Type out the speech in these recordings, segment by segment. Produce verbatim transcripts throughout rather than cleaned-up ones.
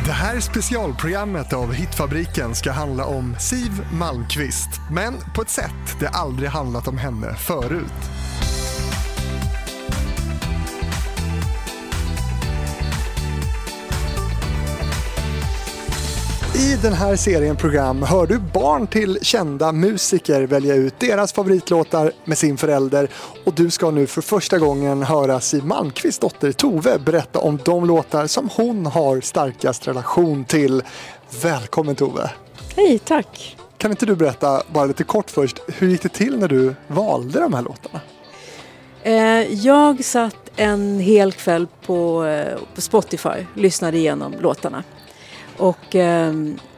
Det här specialprogrammet av Hitfabriken ska handla om Siw Malmkvist, men på ett sätt det aldrig handlat om henne förut. I den här serien program hör du barn till kända musiker välja ut deras favoritlåtar med sin förälder, och du ska nu för första gången höra Siw Malmkvists dotter Tove berätta om de låtar som hon har starkast relation till. Välkommen Tove! Hej, tack! Kan inte du berätta bara lite kort först, hur gick det till när du valde de här låtarna? Eh, jag satt en hel kväll på, eh, på Spotify, lyssnade igenom låtarna. Och eh,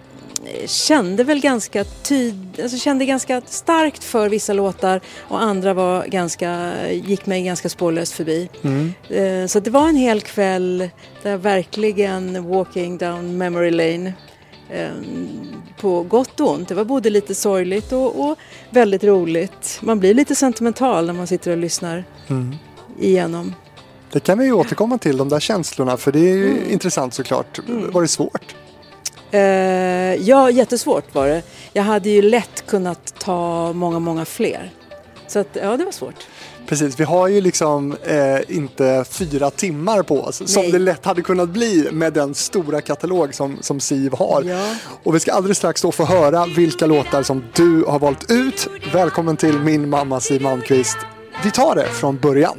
kände väl ganska tyd, alltså kände ganska starkt för vissa låtar, och andra var ganska, gick mig ganska spårlöst förbi. Mm. Eh, så det var en hel kväll där verkligen walking down memory lane, eh, på gott och ont. Det var både lite sorgligt och, och väldigt roligt. Man blir lite sentimental när man sitter och lyssnar mm. igenom. Det kan vi ju återkomma till, de där känslorna, för det är ju mm. intressant såklart. Mm. Var det svårt? Uh, ja, jättesvårt var det. Jag hade ju lätt kunnat ta många, många fler. Så att, ja, det var svårt. Precis, vi har ju liksom eh, inte fyra timmar på oss. Nej. Som det lätt hade kunnat bli med den stora katalog som, som Siw har. Ja. Och vi ska alldeles strax då få höra vilka låtar som du har valt ut. Välkommen till min mamma Siw Malmkvist. Vi tar det från början.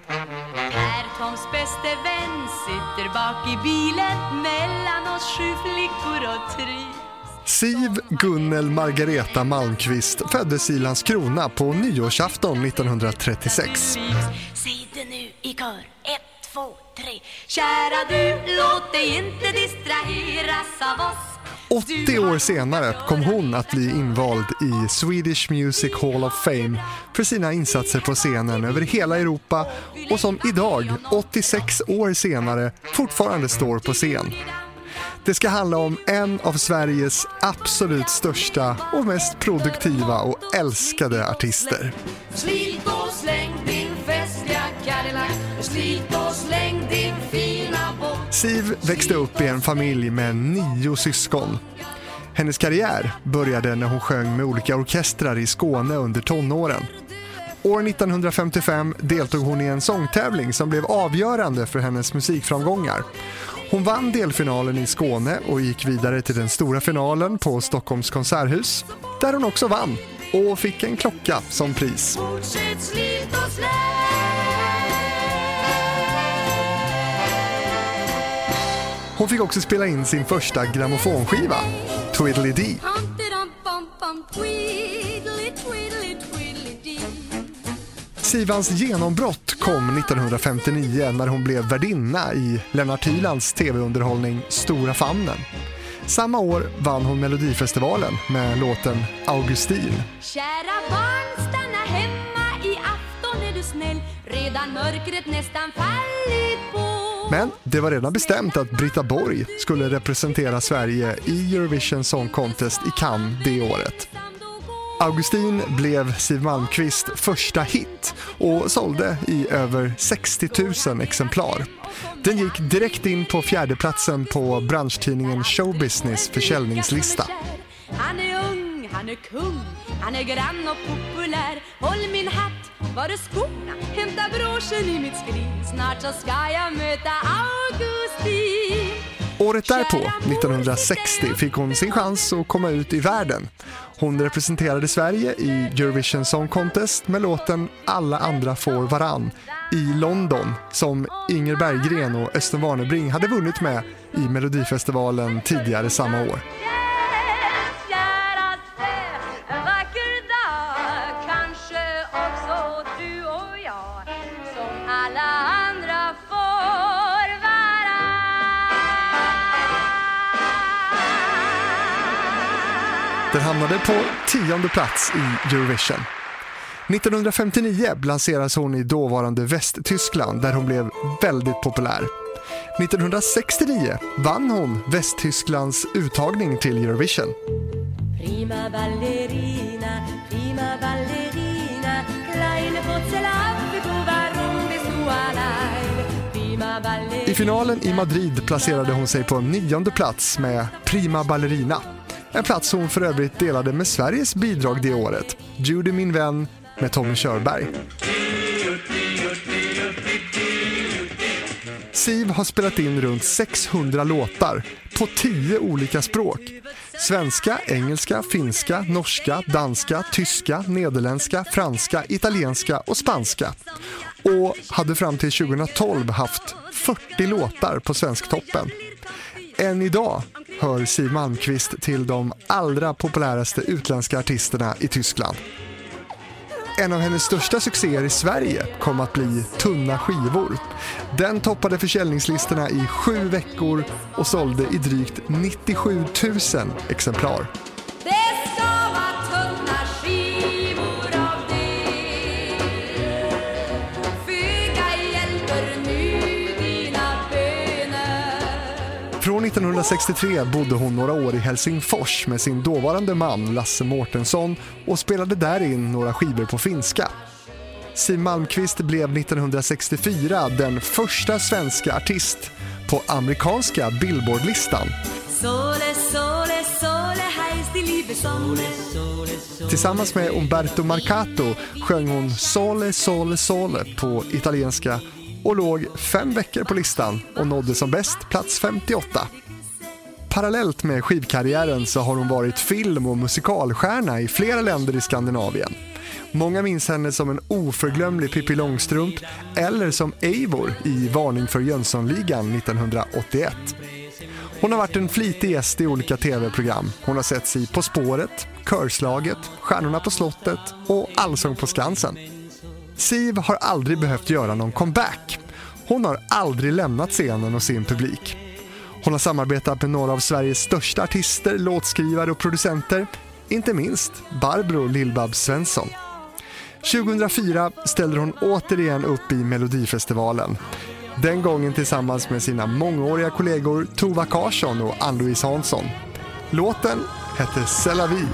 Toms bäste vän sitter bak i bilen mellan oss sju flickor och trivs. Siw Gunnel Margareta Malmkvist föddes i Landskrona på nyårsafton nittonhundratrettiosex. Säg det nu i kör, ett, två, tre. Kära du, låt dig inte distraheras av oss. åttio år senare kom hon att bli invald i Swedish Music Hall of Fame för sina insatser på scenen över hela Europa, och som idag, åttiosex år senare, fortfarande står på scen. Det ska handla om en av Sveriges absolut största och mest produktiva och älskade artister. Slit och släng din festliga Cadillac, slit och släng din fina båt. Siw växte upp i en familj med nio syskon. Hennes karriär började när hon sjöng med olika orkestrar i Skåne under tonåren. År nittonhundrafemtiofem deltog hon i en sångtävling som blev avgörande för hennes musikframgångar. Hon vann delfinalen i Skåne och gick vidare till den stora finalen på Stockholms konserthus, där hon också vann och fick en klocka som pris. Hon fick också spela in sin första grammofonskiva, Twiddly Dee. Sivans genombrott kom nittonhundrafemtionio när hon blev värdinna i Lennart Hylands tv-underhållning Stora famnen. Samma år vann hon Melodifestivalen med låten Augustin. Kära barn, stanna hemma i afton är du snäll. Redan mörkret nästan fallit på. Men det var redan bestämt att Britta Borg skulle representera Sverige i Eurovision Song Contest i Cannes det året. Augustin blev Siw Malmkvists första hit och sålde i över sextio tusen exemplar. Den gick direkt in på fjärdeplatsen på branschtidningen Showbusiness försäljningslista. Han är ung, han är kung, han är grann och populär. Håll min hatt, var är skorna? Hämta broschen i mitt skrin. Snart så ska jag möta Augustin. Året därpå, nittonhundrasextio, fick hon sin chans att komma ut i världen. Hon representerade Sverige i Eurovision Song Contest med låten Alla andra får varann i London, som Inger Berggren och Östen Warnerbring hade vunnit med i Melodifestivalen tidigare samma år. Den hamnade på tionde plats i Eurovision. nittonhundrafemtionio lanseras hon i dåvarande Västtyskland, där hon blev väldigt populär. nittonhundrasextionio vann hon Västtysklands uttagning till Eurovision. Prima ballerina, prima ballerina, kleine Porzellan, warum bist du allein? Prima ballerina. I finalen i Madrid placerade hon sig på en nionde plats med Prima Ballerina. En plats hon för övrigt delade med Sveriges bidrag det året, Judy min vän med Tommy Körberg. Siv har spelat in runt sexhundra låtar på tio olika språk. Svenska, engelska, finska, norska, danska, tyska, nederländska, franska, italienska och spanska. Och hade fram till tjugohundratolv haft fyrtio låtar på Svensktoppen. Än idag hör Siw Malmkvist till de allra populäraste utländska artisterna i Tyskland. En av hennes största succéer i Sverige kom att bli Tunna skivor. Den toppade försäljningslistorna i sju veckor och sålde i drygt nittiosju tusen exemplar. Det ska vara tunna skivor av det. Föga hjälper nu dina böner. Från nittonhundrasextiotre bodde hon några år i Helsingfors med sin dåvarande man Lasse Mårtensson och spelade där in några skivor på finska. Siw Malmkvist blev nittonhundrasextiofyra den första svenska artist på amerikanska Billboardlistan. Sole, sole, sole, heißt die Liebe Sonne. Tillsammans med Umberto Marcato sjöng hon Sole, sole, sole på italienska och låg fem veckor på listan och nådde som bäst plats femtioåtta. Parallellt med skivkarriären så har hon varit film- och musikalstjärna i flera länder i Skandinavien. Många minns henne som en oförglömlig Pippi Långstrump eller som Eivor i Varning för Jönssonligan nittonhundraåttioett. Hon har varit en flitig gäst i olika tv-program. Hon har setts i På spåret, Körslaget, Stjärnorna på slottet och Allsång på Skansen. Siw har aldrig behövt göra någon comeback. Hon har aldrig lämnat scenen och sin publik. Hon har samarbetat med några av Sveriges största artister, låtskrivare och producenter, inte minst Barbro Lill-Babs Svensson. tjugohundrafyra ställde hon återigen upp i Melodifestivalen. Den gången tillsammans med sina mångåriga kollegor Tova Karsson och Ann-Louise Hansson. Låten hette C'est la vie.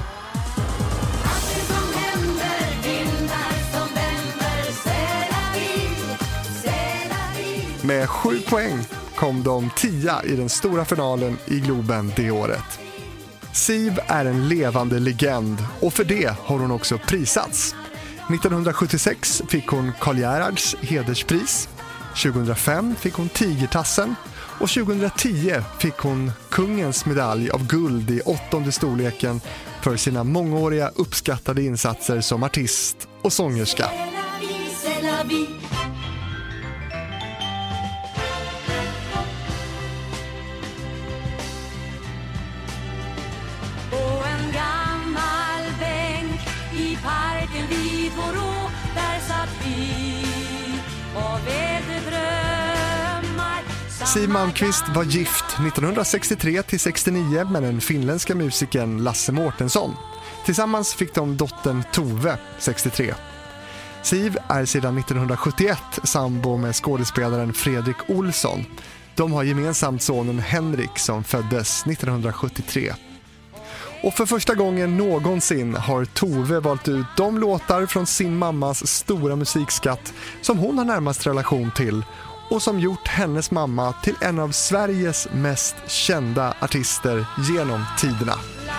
Med sju poäng kom de tia i den stora finalen i Globen det året. Siw är en levande legend och för det har hon också prisats. nittonhundrasjuttiosex fick hon Karl Gerhards hederspris, tjugohundrafem fick hon Tigertassen och tjugohundratio fick hon Kungens medalj av guld i åttonde storleken för sina mångåriga uppskattade insatser som artist och sångerska. Siw Malmkvist var gift nittonhundrasextiotre till sextionio med den finländska musikern Lasse Mårtensson. Tillsammans fick de dottern Tove, sextiotre. Siw är sedan nittonhundrasjuttioett sambo med skådespelaren Fredrik Olsson. De har gemensamt sonen Henrik som föddes nittonhundrasjuttiotre. Och för första gången någonsin har Tove valt ut de låtar från sin mammas stora musikskatt som hon har närmast relation till och som gjort hennes mamma till en av Sveriges mest kända artister genom tiderna.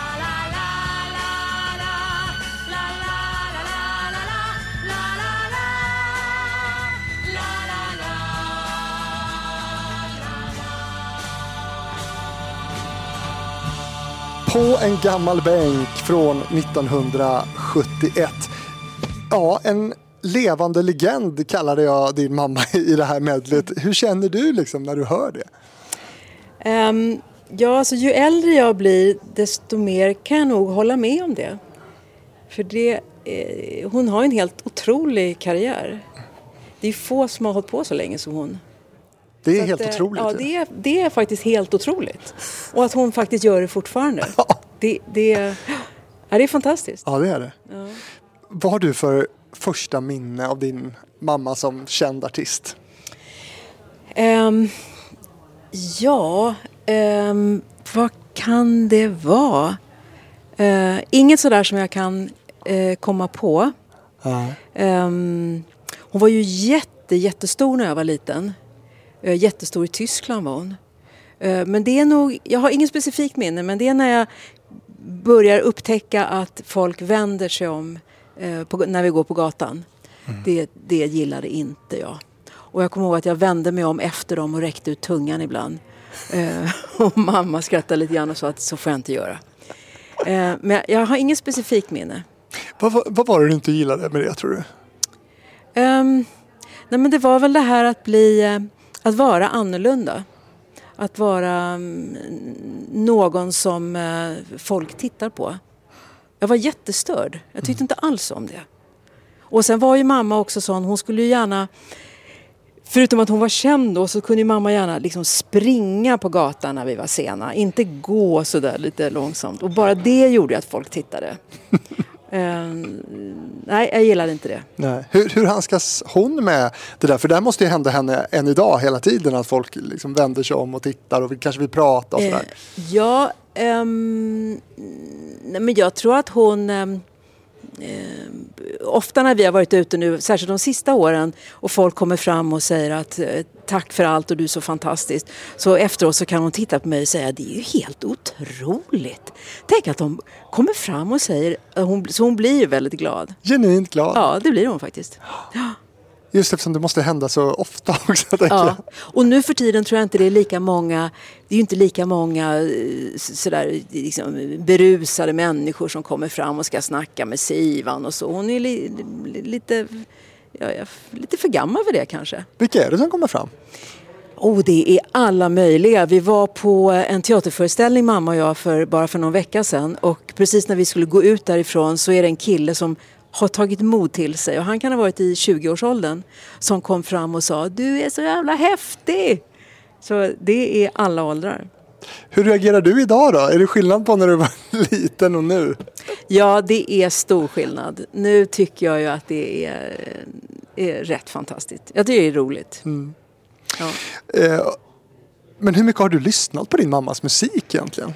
På en gammal bänk från nittonhundrasjuttioett. Ja, en levande legend kallade jag din mamma i det här medlet. Hur känner du liksom när du hör det? Um, ja, alltså ju äldre jag blir desto mer kan jag nog hålla med om det. För det, eh, hon har en helt otrolig karriär. Det är få som har hållit på så länge som hon. Det är så helt att, otroligt. Ja, det är, det är faktiskt helt otroligt. Och att hon faktiskt gör det fortfarande. det, det, ja, det är fantastiskt. Ja, det är det. Ja. Vad har du för första minne av din mamma som känd artist? Um, ja, um, vad kan det vara? Uh, inget sådär som jag kan uh, komma på. Ja. Um, hon var ju jätte, jättestor när jag var liten. Jättestor i Tyskland var hon. Men det är nog, jag har ingen specifik minne, men det är när jag börjar upptäcka att folk vänder sig om på, när vi går på gatan. Mm. Det, det gillade inte jag. Och jag kommer ihåg att jag vände mig om efter dem och räckte ut tungan ibland. Eh, och mamma skrattade lite grann och sa att så får jag inte göra. Eh, men jag, jag har ingen specifik minne. Vad, vad, vad var det du inte gillade med det, tror du? Um, nej men det var väl det här att bli, uh, att vara annorlunda. Att vara um, någon som uh, folk tittar på. Jag var jättestörd. Jag tyckte mm. inte alls om det. Och sen var ju mamma också sån, hon skulle ju gärna, förutom att hon var känd då, så kunde ju mamma gärna liksom springa på gatan när vi var sena. Inte gå så där lite långsamt. Och bara det gjorde att folk tittade. um, nej, jag gillade inte det. Nej. Hur, hur handskas hon med det där? För det måste ju hända henne än idag hela tiden, att folk liksom vänder sig om och tittar och kanske vill prata och sådär. Uh, ja, um, nej, men jag tror att hon... Um, Eh, ofta när vi har varit ute nu, särskilt de sista åren, och folk kommer fram och säger att eh, tack för allt och du är så fantastisk, så efteråt så kan hon titta på mig och säga, det är ju helt otroligt. Tänk att de kommer fram och säger, hon, så hon blir ju väldigt glad. Genuint glad. Ja, det blir hon faktiskt. Ja. Just eftersom det måste hända så ofta också. Ja. Och nu för tiden tror jag inte det är lika många, det är ju inte lika många sådär, liksom, berusade människor som kommer fram och ska snacka med Sivan och så. Hon är li, li, lite, ja, lite för gammal för det kanske. Vilka är det som kommer fram? Oh, det är alla möjliga. Vi var på en teaterföreställning, mamma och jag, för bara för någon vecka sedan. Och precis när vi skulle gå ut därifrån så är det en kille som har tagit mod till sig, och han kan ha varit i tjugoårsåldern, som kom fram och sa, du är så jävla häftig. Så det är alla åldrar. Hur reagerar du idag då? Är det skillnad på när du var liten och nu? Ja, det är stor skillnad. Nu tycker jag ju att det är, är rätt fantastiskt. Jag tycker det är roligt. Mm. Ja. Eh, men hur mycket har du lyssnat på din mammas musik egentligen?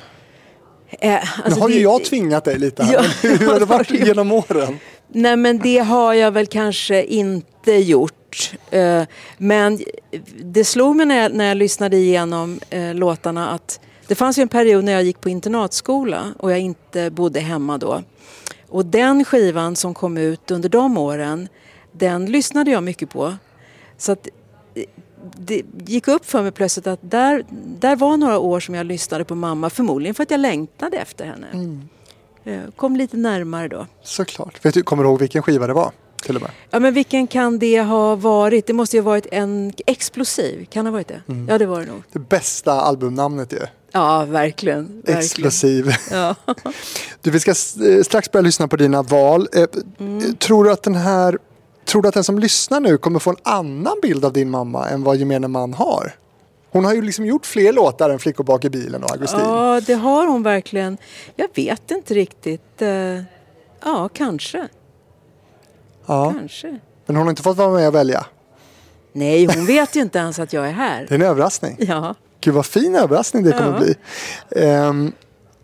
Eh, alltså nu har det, ju jag tvingat dig lite här. Ja, hur har det varit genom åren? Nej, men det har jag väl kanske inte gjort. Eh, men det slog mig när jag, när jag lyssnade igenom eh, låtarna att det fanns ju en period när jag gick på internatskola och jag inte bodde hemma då. Och den skivan som kom ut under de åren, den lyssnade jag mycket på. Så att det gick upp för mig plötsligt att där, där var några år som jag lyssnade på mamma, förmodligen för att jag längtade efter henne. Mm. Kom lite närmare då. Såklart. Vet du, kommer du ihåg vilken skiva det var? Till och med? Ja, men vilken kan det ha varit? Det måste ju ha varit en Explosiv. Kan det ha varit det? Mm. Ja, det var det nog. Det bästa albumnamnet ju. Ja, verkligen. verkligen. Explosiv. Ja. Du, vi ska strax börja lyssna på dina val. Mm. Tror du att den här Tror du att den som lyssnar nu kommer få en annan bild av din mamma än vad gemene man har? Hon har ju liksom gjort fler låtar än Flickor bak i bilen och Augustin. Ja, det har hon verkligen. Jag vet inte riktigt. Ja, kanske. Ja. Kanske. Men hon har inte fått vara med och välja? Nej, hon vet ju inte ens att jag är här. Det är en överraskning. Ja. Gud, vad fin överraskning det kommer ja. bli. Um,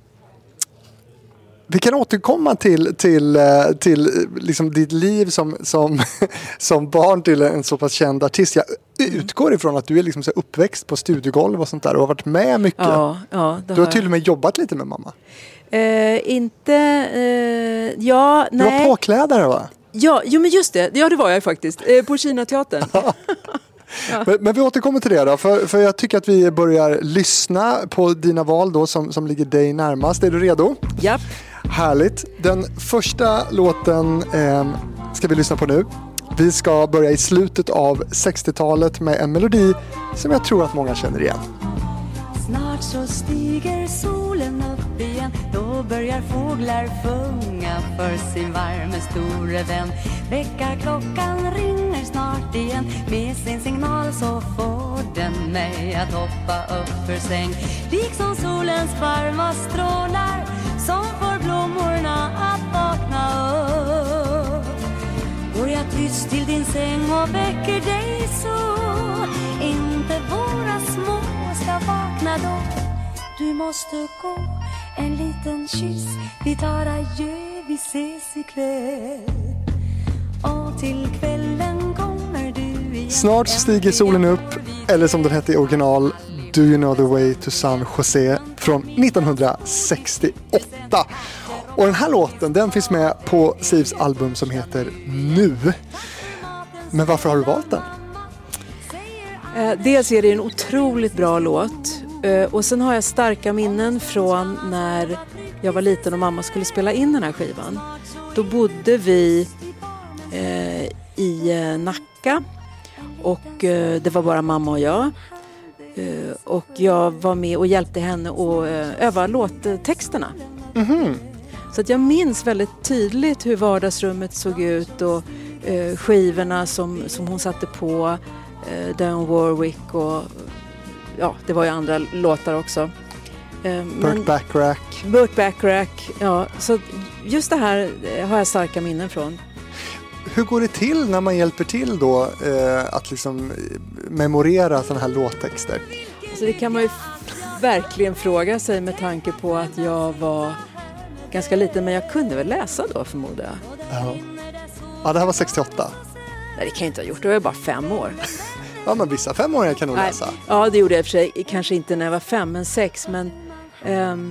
Vi kan återkomma till, till, till liksom ditt liv som, som, som barn till en så pass känd artist. Jag utgår ifrån att du är liksom så uppväxt på studiegolv och sånt där och har varit med mycket. Ja, ja, du har, har till och med jobbat lite med mamma. Eh, inte, eh, ja, nej. Du var påklädare, va? Ja, jo, men just det. Ja, det var jag faktiskt. Eh, på Kinateatern. Ja. Men, men vi återkommer till det då, för, för jag tycker att vi börjar lyssna på dina val då som, som ligger dig närmast. Är du redo? Ja. Härligt. Den första låten eh, ska vi lyssna på nu. Vi ska börja i slutet av sextiotalet med en melodi som jag tror att många känner igen. Snart så stiger solen upp igen, då börjar fåglar sjunga för sin varme store vän. Väckarklockan ringer snart igen, med sin signal så får den mig att hoppa upp ur säng. Liksom solens varma strålar som får blommorna att vakna upp. Går jag tyst till din säng och väcker dig så inte våra små ska vakna då. Du måste gå, en liten kyss, vi tar adjö, vi ses ikväll. Och till kvällen kommer du Snart stiger solen upp, eller som den hette i original, Do You Know The Way To San Jose från nittonhundrasextioåtta. Och den här låten, den finns med på Sivs album som heter Nu. Men varför har du valt den? Eh, dels är det en otroligt bra låt. Eh, och sen har jag starka minnen från när jag var liten och mamma skulle spela in den här skivan. Då bodde vi eh, i eh, Nacka. Och eh, det var bara mamma och jag. Eh, och jag var med och hjälpte henne att eh, öva låttexterna. Mm-hmm. Så att jag minns väldigt tydligt hur vardagsrummet såg ut och eh, skivorna som, som hon satte på. Eh, Dionne Warwick och ja, det var ju andra låtar också. Eh, Burt Bacharach. Burt Bacharach, ja. Så just det här har jag starka minnen från. Hur går det till när man hjälper till då eh, att liksom memorera sådana här låttexter? Så det kan man ju f- verkligen fråga sig med tanke på att jag var ganska liten, men jag kunde väl läsa då förmodar jag. Ja, ja det här var sextioåtta. Nej, det kan jag inte ha gjort, då var jag bara fem år. Ja, men vissa femåringar kan nog Nej. läsa. Ja, det gjorde jag i och för sig, kanske inte när jag var fem, men sex, men ehm,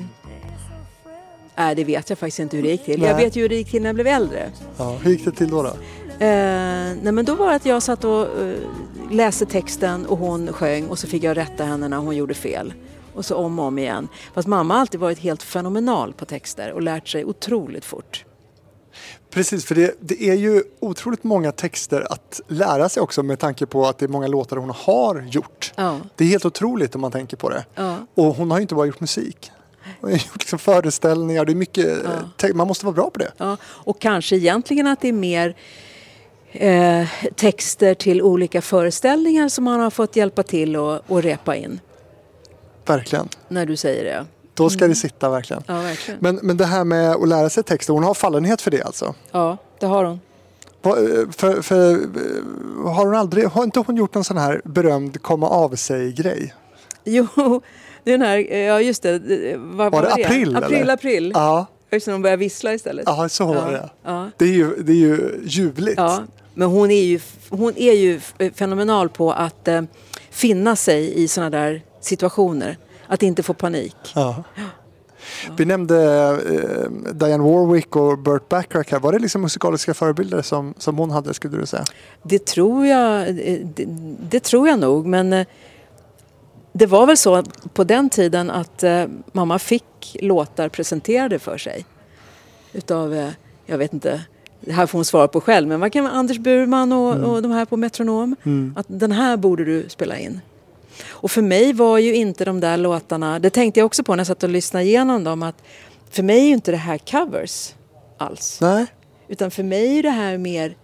nej, det vet jag faktiskt inte hur det gick till. Nej. Jag vet ju hur det gick till när jag blev äldre. Ja, hur gick det till då då? Eh, nej, men då var det att jag satt och uh, läste texten och hon sjöng och så fick jag rätta henne när hon gjorde fel. Och så om och om igen. Fast mamma har alltid varit helt fenomenal på texter och lärt sig otroligt fort. Precis, för det, det är ju otroligt många texter att lära sig också med tanke på att det är många låtar hon har gjort. Ja. Det är helt otroligt om man tänker på det. Ja. Och hon har ju inte bara gjort musik. Hon har gjort liksom föreställningar, det är mycket, Ja. te- man måste vara bra på det. Ja, och kanske egentligen att det är mer eh, texter till olika föreställningar som man har fått hjälpa till och, och repa in. Verkligen. När du säger det. Då ska det sitta verkligen. Ja, verkligen. Men, men det här med att lära sig texter, hon har fallenhet för det alltså? Ja, det har hon. Vad, För, för, har hon aldrig, har inte hon gjort någon sån här berömd komma av sig grej? Jo, den här, ja just det. Vad, Var det vad april, April, eller? april. Ja, Just när de börjar vissla istället. ja så var Ja, det. ja. Det är ju, det är ju ljuvligt. Ja, men hon är ju, hon är ju fenomenal på att eh, finna sig i såna där situationer. Att inte få panik. Ja. Vi nämnde eh, Dionne Warwick och Burt Bacharach här. Var det liksom musikaliska förebilder som, som hon hade, skulle du säga? Det tror jag, det, det tror jag nog, men eh, det var väl så på den tiden att eh, mamma fick låtar presenterade för sig. Utav, eh, jag vet inte, det här får hon svara på själv, men vad kan Anders Burman och, mm. och de här på Metronom, Mm. att den här borde du spela in. Och för mig var ju inte de där låtarna, det tänkte jag också på när jag satt och lyssnade igenom dem, att för mig är ju inte det här covers alls. Nej. Utan för mig är det här mer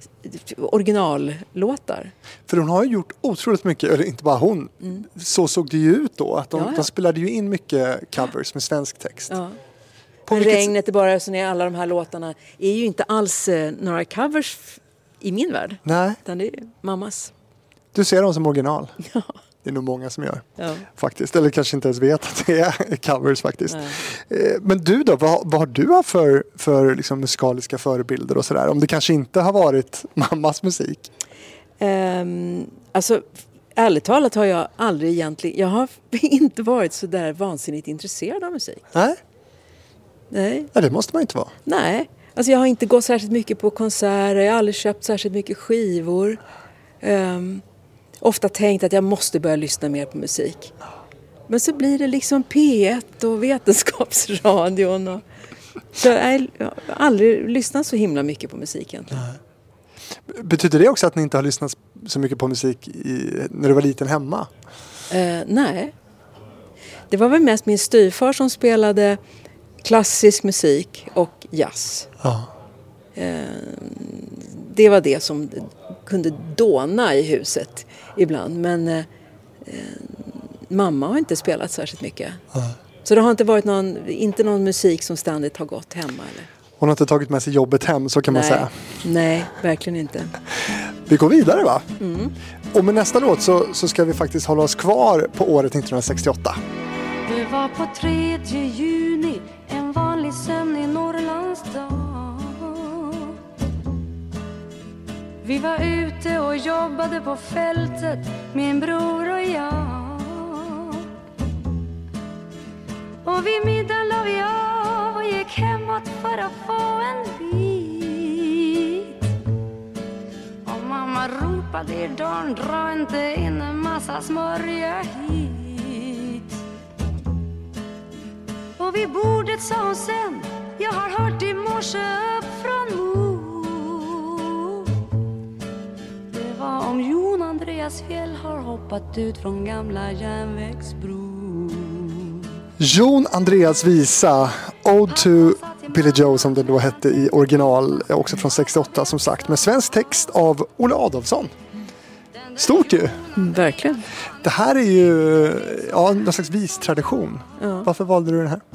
originallåtar. För hon har ju gjort otroligt mycket, eller inte bara hon. Mm. Så såg det ju ut då. Att de, Ja, ja. de spelade ju in mycket covers med svensk text. Ja. På Men vilket Regnet är bara så när alla de här låtarna är ju inte alls eh, några covers f- i min värld. Nej, Utan det är mammas. du ser dem som original. Ja. Det är nog många som gör. Ja. Faktiskt. Eller kanske inte ens vet att det är covers faktiskt. Nej. Eh, Men du då, vad, vad har du haft för, för liksom musikaliska förebilder och sådär? Om det kanske inte har varit mammas musik? Ehm, alltså, ärligt talat har jag aldrig egentligen... Jag har inte varit så där vansinnigt intresserad av musik. Nej, Nej. ja, det måste man inte vara. Nej. Alltså jag har inte gått särskilt mycket på konserter. Jag har aldrig köpt särskilt mycket skivor. Ehm, ofta tänkt att jag måste börja lyssna mer på musik. Men så blir det liksom P ett och Vetenskapsradion. Och, så jag har aldrig lyssnat så himla mycket på musik egentligen. Betyder det också att ni inte har lyssnat så mycket på musik i, när du var liten hemma? Eh, nej. Det var väl mest min styvfar som spelade klassisk musik och jazz. Ja. Eh, det var det som kunde dåna i huset ibland. Men eh, mamma har inte spelat särskilt mycket. Ja. Så det har inte varit någon, inte någon musik som ständigt har gått hemma. Eller? Hon har inte tagit med sig jobbet hem, så kan man Nej. säga. Nej, verkligen inte. Vi går vidare va? Mm. Och med nästa låt så, så ska vi faktiskt hålla oss kvar på året nittonhundrasextioåtta. Det var på tredje juni, en vanlig sömn i Norrlands dag. Vi var ute och jobbade på fältet, min bror och jag. Och vid middagen la vi av och gick hemåt för att få en bit. Och mamma ropade i dörren, dra inte in en massa smörja hit. Och vid bordet sa hon sen, jag har hört i morse upp från mor. Det var om Jon Andreas Fjäll har hoppat ut från gamla järnvägsbron. Jon Andreas visa Ode to Billy Joe som den då hette i original, också från sextioåtta som sagt, med svensk text av Olle Adolphson. Stort ju! Mm, verkligen. Det här är ju ja, någon slags vistradition. Ja. Varför valde du den här?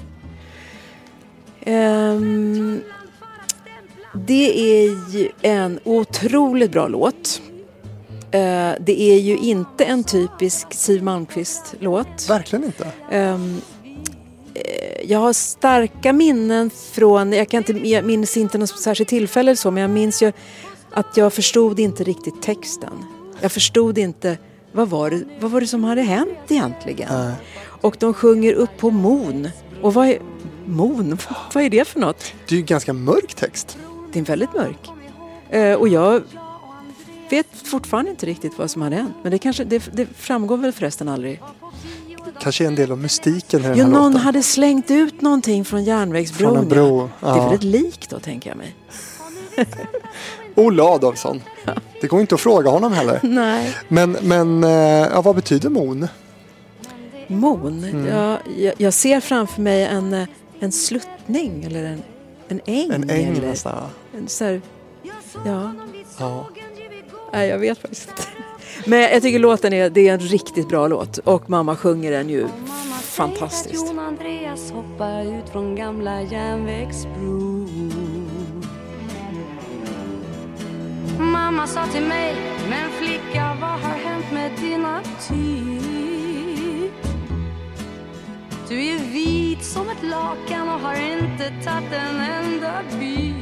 Um, det är ju en otroligt bra låt. Uh, det är ju inte en typisk Siw Malmkvist-låt. Verkligen inte. Um, jag har starka minnen från, jag, kan inte, jag minns inte något särskilt tillfälle eller så, men jag minns ju att jag förstod inte riktigt texten. Jag förstod inte, vad var det, vad var det som hade hänt egentligen? Äh. Och de sjunger upp på Mon. Och vad är Mon? Vad är det för något? Det är ju en ganska mörk text. Det är väldigt mörk. Uh, och jag vet fortfarande inte riktigt vad som hade hänt. Men det, kanske, det, det framgår väl förresten aldrig. Kanske en del av mystiken i den jo, här någon låten. hade slängt ut någonting från järnvägsbron. Från en bro. Ja. Det är väl ett lik då, tänker jag mig. Olle Adolphson. Ja. Det går inte att fråga honom heller. Nej. Men, men ja, vad betyder Mon? Mon? Mm. Ja, jag, jag ser framför mig en, en sluttning eller en, en äng. En äng eller, nästan. En så här, ja. Ja. Nej, jag vet faktiskt inte. Men jag tycker låten är, det är en riktigt bra låt. Och mamma sjunger den ju fantastiskt. Jon Andreas hoppar ut från gamla järnvägsbron. Mamma sa till mig, men flicka, vad har hänt med din aptit? Du är vit som ett lakan och har inte tagit en enda bit.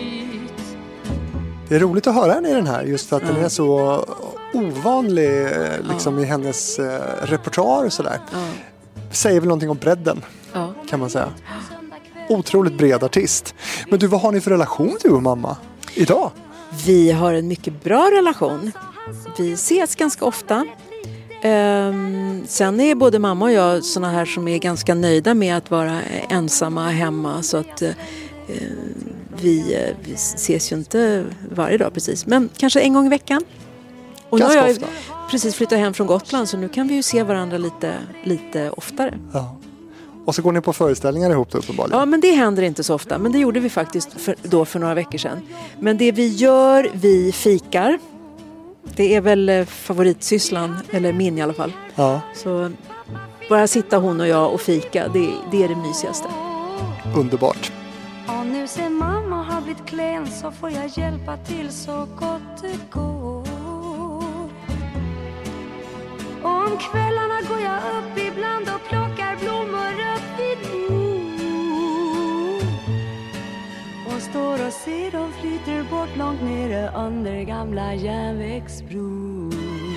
Det är roligt att höra henne i den här, just för att ja. den är så ovanlig liksom, ja. i hennes eh, repertoar och sådär. Ja. Säger väl någonting om bredden, ja. kan man säga. Otroligt bred artist. Men du, vad har ni för relation du och mamma idag? Vi har en mycket bra relation. Vi ses ganska ofta. Um, sen är både mamma och jag såna här som är ganska nöjda med att vara ensamma hemma, så att uh, vi, uh, vi ses ju inte varje dag precis, men kanske en gång i veckan. Och ganska nu har jag ofta. precis flyttat hem från Gotland, så nu kan vi ju se varandra lite, lite oftare. Ja. Och så går ni på föreställningar ihop då uppenbarligen. Ja, men det händer inte så ofta. Men det gjorde vi faktiskt för, då för några veckor sedan. Men det vi gör, vi fikar. Det är väl favoritsysslan, eller min i alla fall. Ja. Så bara sitta hon och jag och fika, det, det är det mysigaste. Underbart. Och nu ser mamma har blivit klen, så får jag hjälpa till så gott det går. Och om kvällarna går jag upp ibland och plockar blommor upp vid bord. Och står och ser de flyter bort långt nere under gamla järnvägsbron.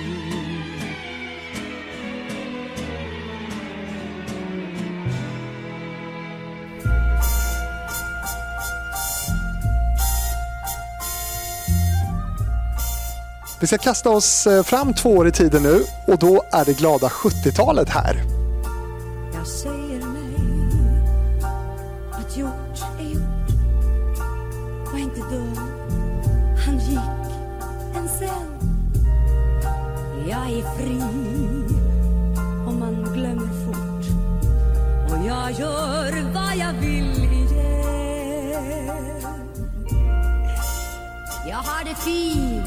Vi ska kasta oss fram två år i tiden nu, och då är det glada sjuttiotalet här. Jag säger mig att gjort är gjort. Var inte dum, han gick en sen. Jag är fri om man glömmer fort. Och jag gör vad jag vill igen. Jag har det fint.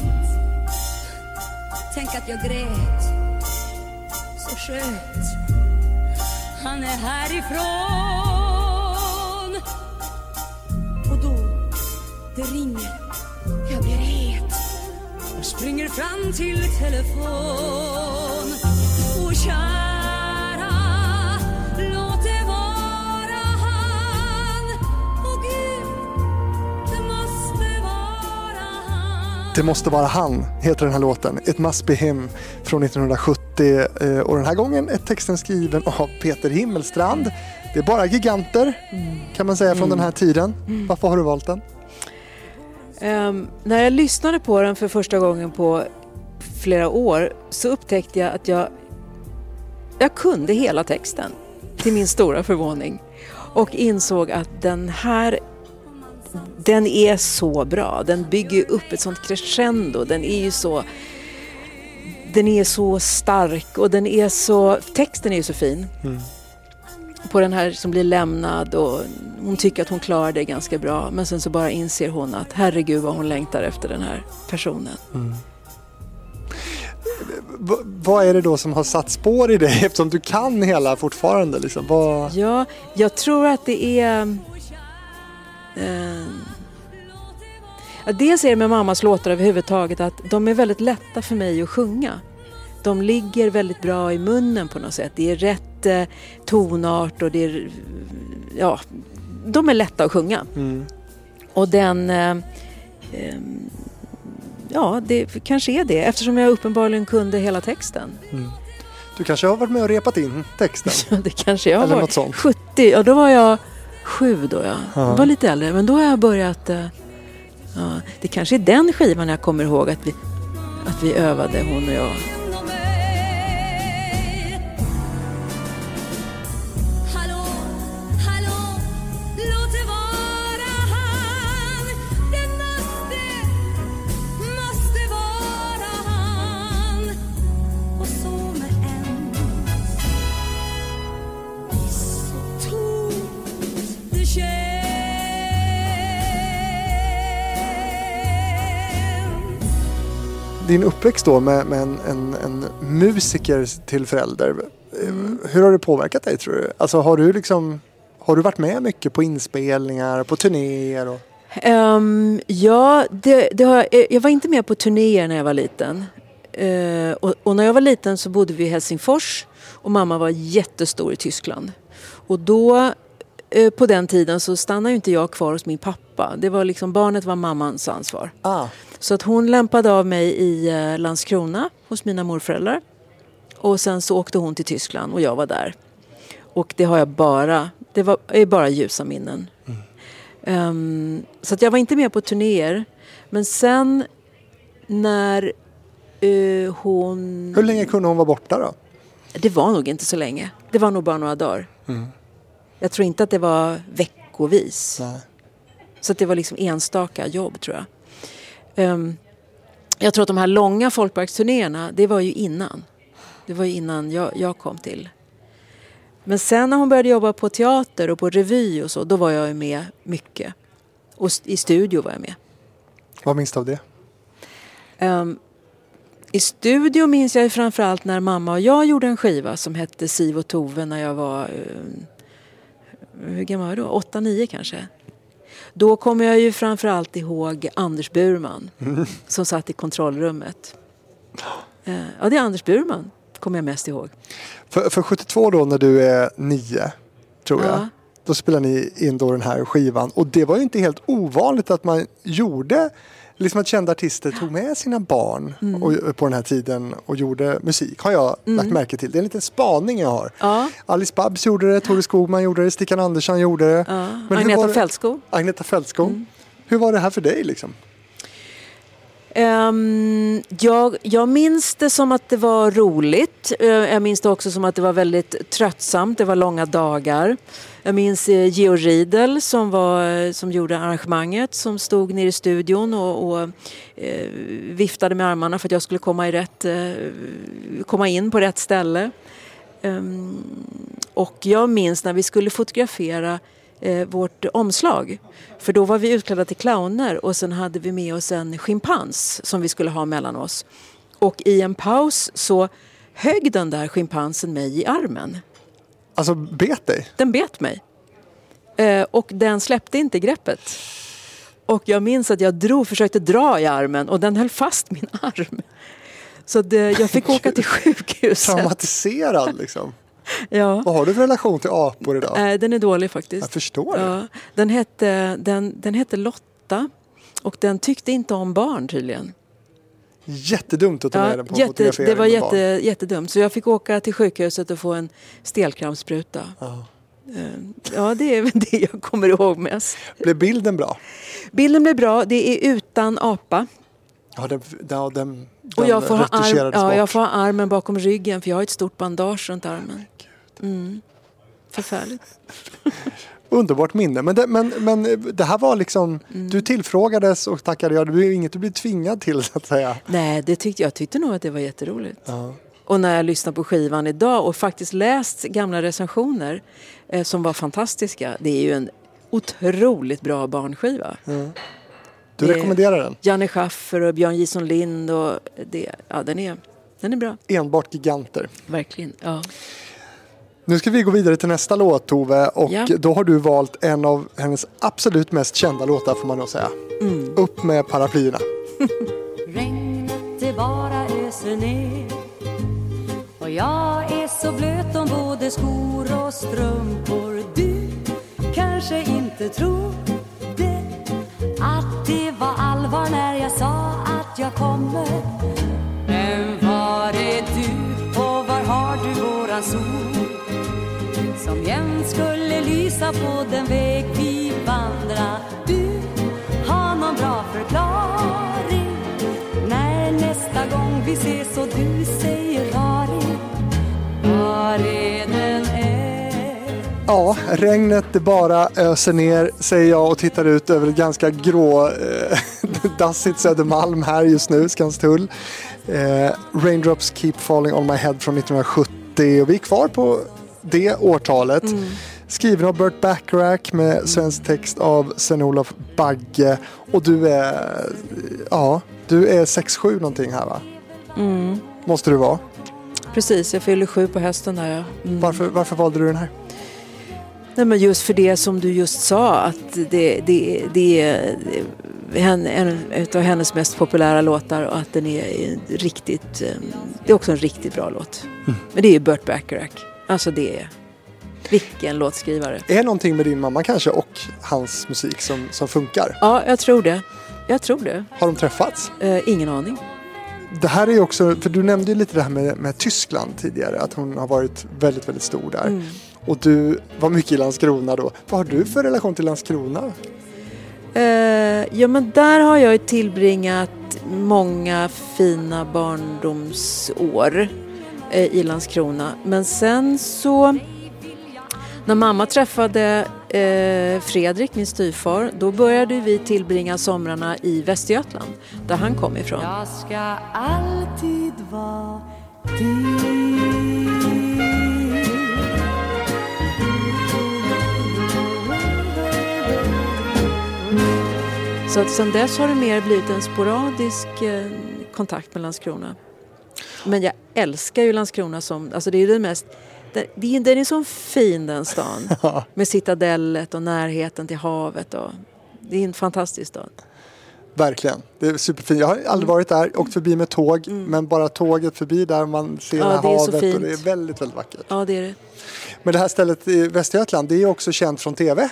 Tänk att jag grät så skönt. Han är härifrån. Och då det ringer. Jag blir het och springer fram till telefon. Och kära, låt det vara han. Och Gud, det måste vara han. Det måste vara han, heter den här låten. It must be him från nittonhundrasjuttio. Och den här gången är texten skriven av Peter Himmelstrand. Det är bara giganter, mm. kan man säga, från mm. den här tiden. Mm. Varför har du valt den? Um, när jag lyssnade på den för första gången på flera år så upptäckte jag att jag, jag kunde hela texten till min stora förvåning. Och insåg att den här, den är så bra. Den bygger upp ett sånt crescendo. Den är ju så, den är så stark och den är så, texten är ju så fin. Mm. På den här som blir lämnad och hon tycker att hon klarar det ganska bra. Men sen så bara inser hon att herregud vad hon längtar efter den här personen. Mm. V- vad är det då som har satt spår i dig eftersom du kan hela fortfarande? Liksom? Vad... Ja, jag tror att det är... Eh, ja, dels är det med mammas låtar överhuvudtaget att de är väldigt lätta för mig att sjunga. De ligger väldigt bra i munnen på något sätt. Det är rätt eh, tonart och det är... Ja, de är lätta att sjunga. Mm. Och den... Eh, eh, Ja, det kanske är det. Eftersom jag uppenbarligen kunde hela texten. Mm. Du kanske har varit med och repat in texten? Ja, det kanske jag har Eller varit. Något sånt. sjuttio, ja då var jag sju då. Ja. Ja. Jag var lite äldre, men då har jag börjat... Uh, ja, det kanske är den skivan jag kommer ihåg att vi, att vi övade, hon och jag. Din uppväxt då med, med en, en, en musiker till förälder, mm. hur har det påverkat dig tror du? Alltså har du liksom, har du varit med mycket på inspelningar, på turnéer? Och... Um, ja, det, det har, jag var inte med på turnéer när jag var liten. Uh, och, och när jag var liten så bodde vi i Helsingfors och mamma var jättestor i Tyskland. Och då, uh, på den tiden så stannade ju inte jag kvar hos min pappa. Det var liksom, barnet var mammans ansvar. Ah. Så att hon lämpade av mig i Landskrona hos mina morföräldrar. Och sen så åkte hon till Tyskland och jag var där. Och det har jag bara, det var är bara ljusa minnen. Mm. Um, så att jag var inte med på turnéer. Men sen när uh, hon... Hur länge kunde hon vara borta då? Det var nog inte så länge. Det var nog bara några dagar. Mm. Jag tror inte att det var veckovis. Nej. Så att det var liksom enstaka jobb tror jag. Um, jag tror att de här långa folkparksturnéerna, det var ju innan. Det var ju innan jag, jag kom till. Men sen när hon började jobba på teater och på revy och så, då var jag med mycket. Och i studio var jag med. Vad minns du av det? Um, I studio minns jag ju framförallt när mamma och jag gjorde en skiva som hette Siv och Tove när jag var, um, hur gammal var jag då? åtta nio kanske. Då kommer jag ju framförallt ihåg Anders Burman mm. som satt i kontrollrummet. Uh, ja, det är Anders Burman kommer jag mest ihåg. För, för sjuttiotvå då när du är nio, tror jag, ja. Då spelar ni in då den här skivan. Och det var ju inte helt ovanligt att man gjorde, liksom att kända artister tog med sina barn mm. och, på den här tiden och gjorde musik. Har jag mm. lagt märke till. Det är en liten spaning jag har. Ja. Alice Babs gjorde det, Tore Skogman gjorde det, Stickan Andersson gjorde det. Ja. Men Agneta Fältskog. Agneta Fältskog. Mm. Hur var det här för dig liksom? Um, jag, jag minns det som att det var roligt. Uh, jag minns det också som att det var väldigt tröttsamt. Det var långa dagar. Jag minns uh, Georg Riedel som, var, som gjorde arrangemanget. Som stod nere i studion och, och uh, viftade med armarna för att jag skulle komma, i rätt, uh, komma in på rätt ställe. Um, och jag minns när vi skulle fotografera Eh, vårt omslag. För då var vi utklädda till clowner och sen hade vi med oss en schimpans som vi skulle ha mellan oss. Och i en paus så högg den där schimpansen mig i armen. Alltså bet dig? Den bet mig. Eh, och den släppte inte greppet. Och jag minns att jag drog, försökte dra i armen och den höll fast min arm. Så det, jag fick åka till sjukhuset. Traumatiserad liksom. Ja. Vad har du för relation till apor idag? Äh, den är dålig faktiskt. Jag förstår ja. det. Den hette, den, den hette Lotta och den tyckte inte om barn tydligen. Jättedumt att ta med Ja, den på jätte, fotografering det var med jätte, barn. jättedumt. Så jag fick åka till sjukhuset och få en stelkrampsspruta. Ja. Ja, det är väl det jag kommer ihåg mest. Blev bilden bra? Bilden blev bra. Det är utan apa. Ja, den, ja, den, Och den jag får, ha arm, retuscherades ja, bort. jag får ha armen bakom ryggen för jag har ett stort bandage runt armen. Mm. Förfärligt. Underbart minne. Men det, men, men det här var liksom, Mm. du tillfrågades och tackade ja. Det blev inget du blev tvingad till så att säga. Nej, det tyckte, jag tyckte nog att det var jätteroligt. Ja. Och när jag lyssnar på skivan idag och faktiskt läst gamla recensioner eh, som var fantastiska. Det är ju en otroligt bra barnskiva. Mm. Du Det- rekommenderar den? Janne Schaffer och Björn Jison Lind och det, ja, den är, den är bra. Enbart giganter. Verkligen, ja. Nu ska vi gå vidare till nästa låt, Tove. Och Ja. då har du valt en av hennes absolut mest kända låtar får man nog säga. Mm. Upp med paraplyerna. Regnet det bara öser ner och jag är så blöt om både skor och strumpor. Du kanske inte tror det, att det var allvar när jag sa att jag kommer. Men var är du och var har du våran sol som jämt skulle lysa på den väg vi vandrar? Du har någon bra förklaring när nästa gång vi ses och du säger var är, var är den är? Ja, regnet det bara öser ner, säger jag och tittar ut över ett ganska grå eh, dassigt Södermalm här just nu, Skanstull. Eh, Raindrops Keep Falling On My Head från nittonhundrasjuttio och vi är kvar på det årtalet. Mm. Skriven av Burt Bacharach med svensk text av Sven-Olof Bagge. Och du är, ja, du är sex sju någonting här va? Mm. Måste du vara. Precis, jag fyller sju på hösten där. Ja. Mm. Varför, varför valde du den här? Nej, men just för det som du just sa, att det, det, det är en, en av hennes mest populära låtar och att den är riktigt, det är också en riktigt bra låt. Mm. Men det är ju Burt Bacharach. Alltså det är, vilken låtskrivare. Är det någonting med din mamma kanske och hans musik som, som funkar? Ja, jag tror det. Jag tror det. Har de träffats? Eh, ingen aning. Det här är ju också, för du nämnde ju lite det här med, med Tyskland tidigare, att hon har varit väldigt, väldigt stor där. Mm. Och du var mycket i Landskrona då. Vad har du för relation till Landskrona? Eh, ja, men där har jag ju tillbringat många fina barndomsår eh, i Landskrona. Men sen så, när mamma träffade eh, Fredrik, min styvfar, då började vi tillbringa somrarna i Västergötland, där han kom ifrån. Jag ska alltid vara din. Så att sen dess har det mer blivit en sporadisk eh, kontakt med Landskrona. Men jag älskar ju Landskrona som, alltså det är ju det mest, den, det, den är så fin den stan. Med citadellet och närheten till havet och det är en fantastisk stad. Verkligen, det är superfint. Jag har aldrig varit där, åkt förbi med tåg, Mm. men bara tåget förbi där man ser Ja, det här det är så havet fint. och det är väldigt, väldigt vackert. Ja, det är det. Men det här stället i Västergötland, det är ju också känt från tv.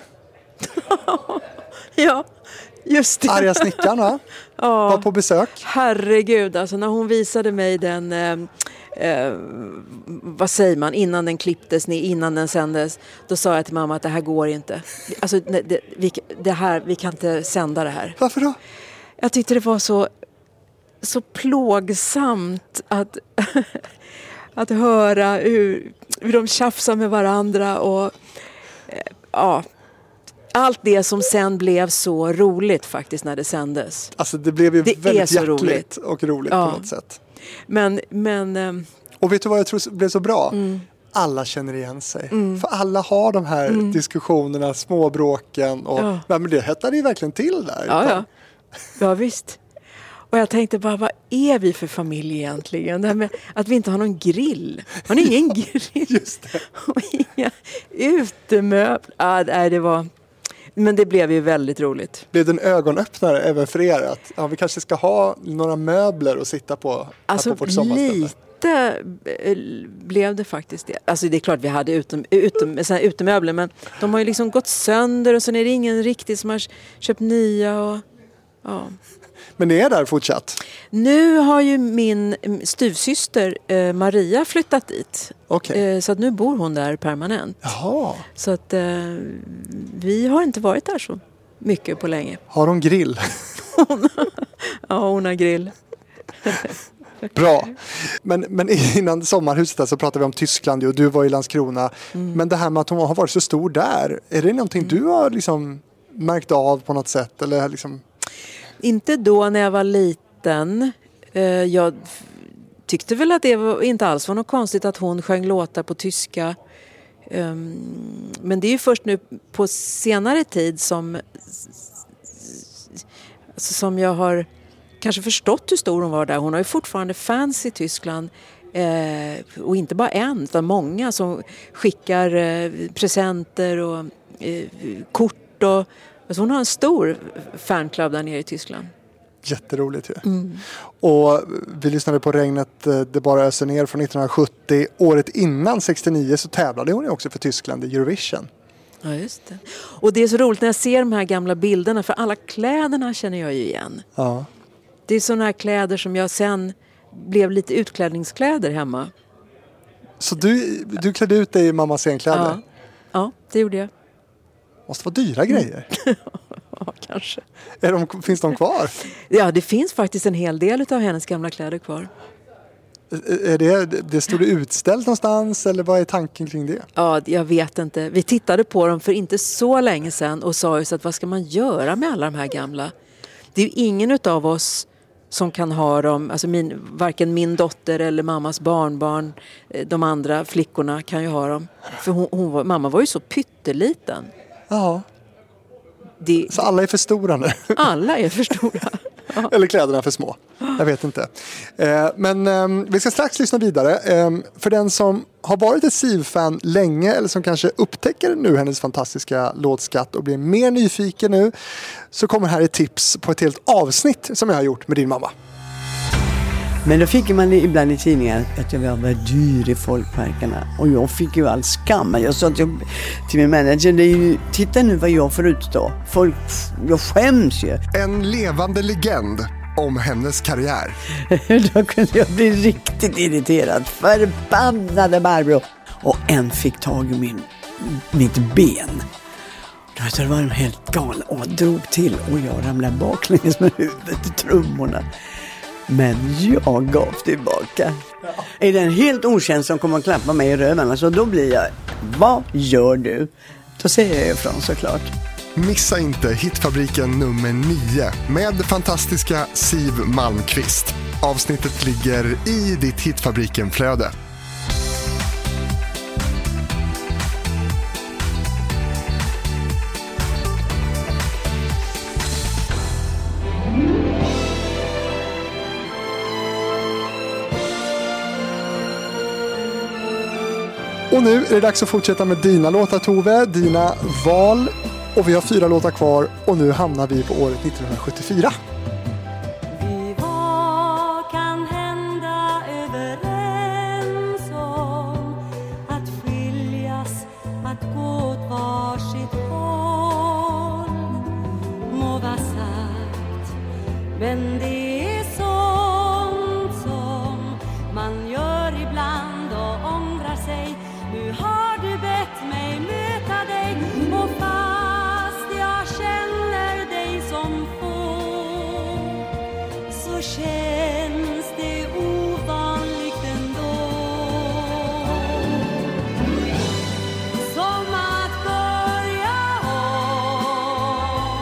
Ja, just det. Arga snickaren va? Var Ja, på besök. herregud, alltså när hon visade mig den, eh, eh, vad säger man, innan den klipptes ner, innan den sändes, då sa jag till mamma att det här går inte. Alltså, det, det, vi, det här, vi kan inte sända det här. Varför då? Jag tyckte det var så, så plågsamt att, att höra hur, hur de tjafsar med varandra och eh, ja, allt det som sen blev så roligt faktiskt när det sändes. Alltså det blev ju Det är väldigt så hjärtligt roligt. och roligt Ja. på något sätt. Men, men eh, Och vet du vad jag tror blev så bra? mm, Alla känner igen sig. För alla har de här diskussionerna, småbråken och Ja. ja. Men det hettade ju verkligen till där. ja, ja. Ja, visst. Och jag tänkte bara, vad är vi för familj egentligen? Det här med att vi inte har någon grill. Har ni ingen grill? Just det. Och inga utemöbler. Ja, nej, det var... Men det blev ju väldigt roligt. Blev det en ögonöppnare även för er att ja, vi kanske ska ha några möbler att sitta på här Alltså på vårt sommarställe? lite eh, blev det faktiskt det. Alltså det är klart vi hade utom, utom, såna här utemöbler, men de har ju liksom gått sönder och så är det ingen riktigt som har köpt nya och Ja. Men det är där fortsatt? Nu har ju min styvsyster eh, Maria flyttat dit. Okay. Eh, så att nu bor hon där permanent. Jaha. Så att eh, vi har inte varit där så mycket på länge. Har hon grill? Ja, hon har grill. Bra. Men, men innan sommarhuset så pratade vi om Tyskland och du var i Landskrona. Mm. Men det här med att hon har varit så stor där, är det någonting mm. du har liksom märkt av på något sätt? Eller liksom... Inte då när jag var liten. Jag tyckte väl att det var, inte alls var något konstigt att hon sjöng låtar på tyska. Men det är ju först nu på senare tid som, som jag har kanske förstått hur stor hon var där. Hon har ju fortfarande fans i Tyskland. Och inte bara en, utan många som skickar presenter och kort och alltså hon har en stor fanklubb där nere i Tyskland. Jätteroligt ju. Mm. Och vi lyssnade på Regnet det bara öser ner från nittonhundrasjuttio. Året innan sextionio så tävlade hon ju också för Tyskland i Eurovision. Ja, just det. Och det är så roligt när jag ser de här gamla bilderna, för alla kläderna känner jag ju igen. Ja. Det är sådana här kläder som jag sen blev lite utklädningskläder hemma. Så du, du klädde ut dig i mammas scenkläder? Ja. Ja, det gjorde jag. Måste vara dyra grejer. Ja, kanske. Är de, finns de kvar? Ja, det finns faktiskt en hel del av hennes gamla kläder kvar. Är det, det stod det utställt någonstans eller vad är tanken kring det? Ja, jag vet inte. Vi tittade på dem för inte så länge sedan och sa just att vad ska man göra med alla de här gamla? Det är ju ingen av oss som kan ha dem, alltså min, varken min dotter eller mammas barnbarn, de andra flickorna kan ju ha dem. För hon, hon var, mamma var ju så pytteliten. Ja. Det, så alla är för stora nu? Alla är för stora. Ja. Eller kläderna för små. Jag vet inte. Eh, men eh, vi ska strax lyssna vidare. Eh, för den som har varit ett Siv-fan länge eller som kanske upptäcker nu hennes fantastiska låtskatt och blir mer nyfiken nu, så kommer här ett tips på ett helt avsnitt som jag har gjort med din mamma. Men då fick man ibland i tidningar att jag var dyr i folkparkerna. Och jag fick ju all skam. Jag sa till, till min manager, det är ju, titta nu vad jag får utstå. Folk, jag skäms ju. En levande legend om hennes karriär. Då kunde jag bli riktigt irriterad. Förbannade Barbro. Och en fick tag i min, mitt ben. Då var de helt galna och drog till. Och jag ramlade baklänges med huvudet i trummorna. Men jag gav tillbaka. Ja. Är det en helt okänd som kommer att klappa mig i röven, alltså då blir jag, vad gör du? Då säger jag ifrån såklart. Missa inte Hitfabriken nummer nio med fantastiska Siv Malmkvist. Avsnittet ligger i ditt Hitfabriken-flöde. Och nu är det dags att fortsätta med dina låtar, Tove, dina val. Och vi har fyra låtar kvar och nu hamnar vi på året nittonhundrasjuttiofyra. Vi var kan hända överens om att skiljas, att gå åt varsitt håll. Må vara sagt, men det är sånt som man gör ibland och ångrar sig. Nu har du bett mig möta dig och fast jag känner dig som få så känns det ovanligt ändå. Som att börja om.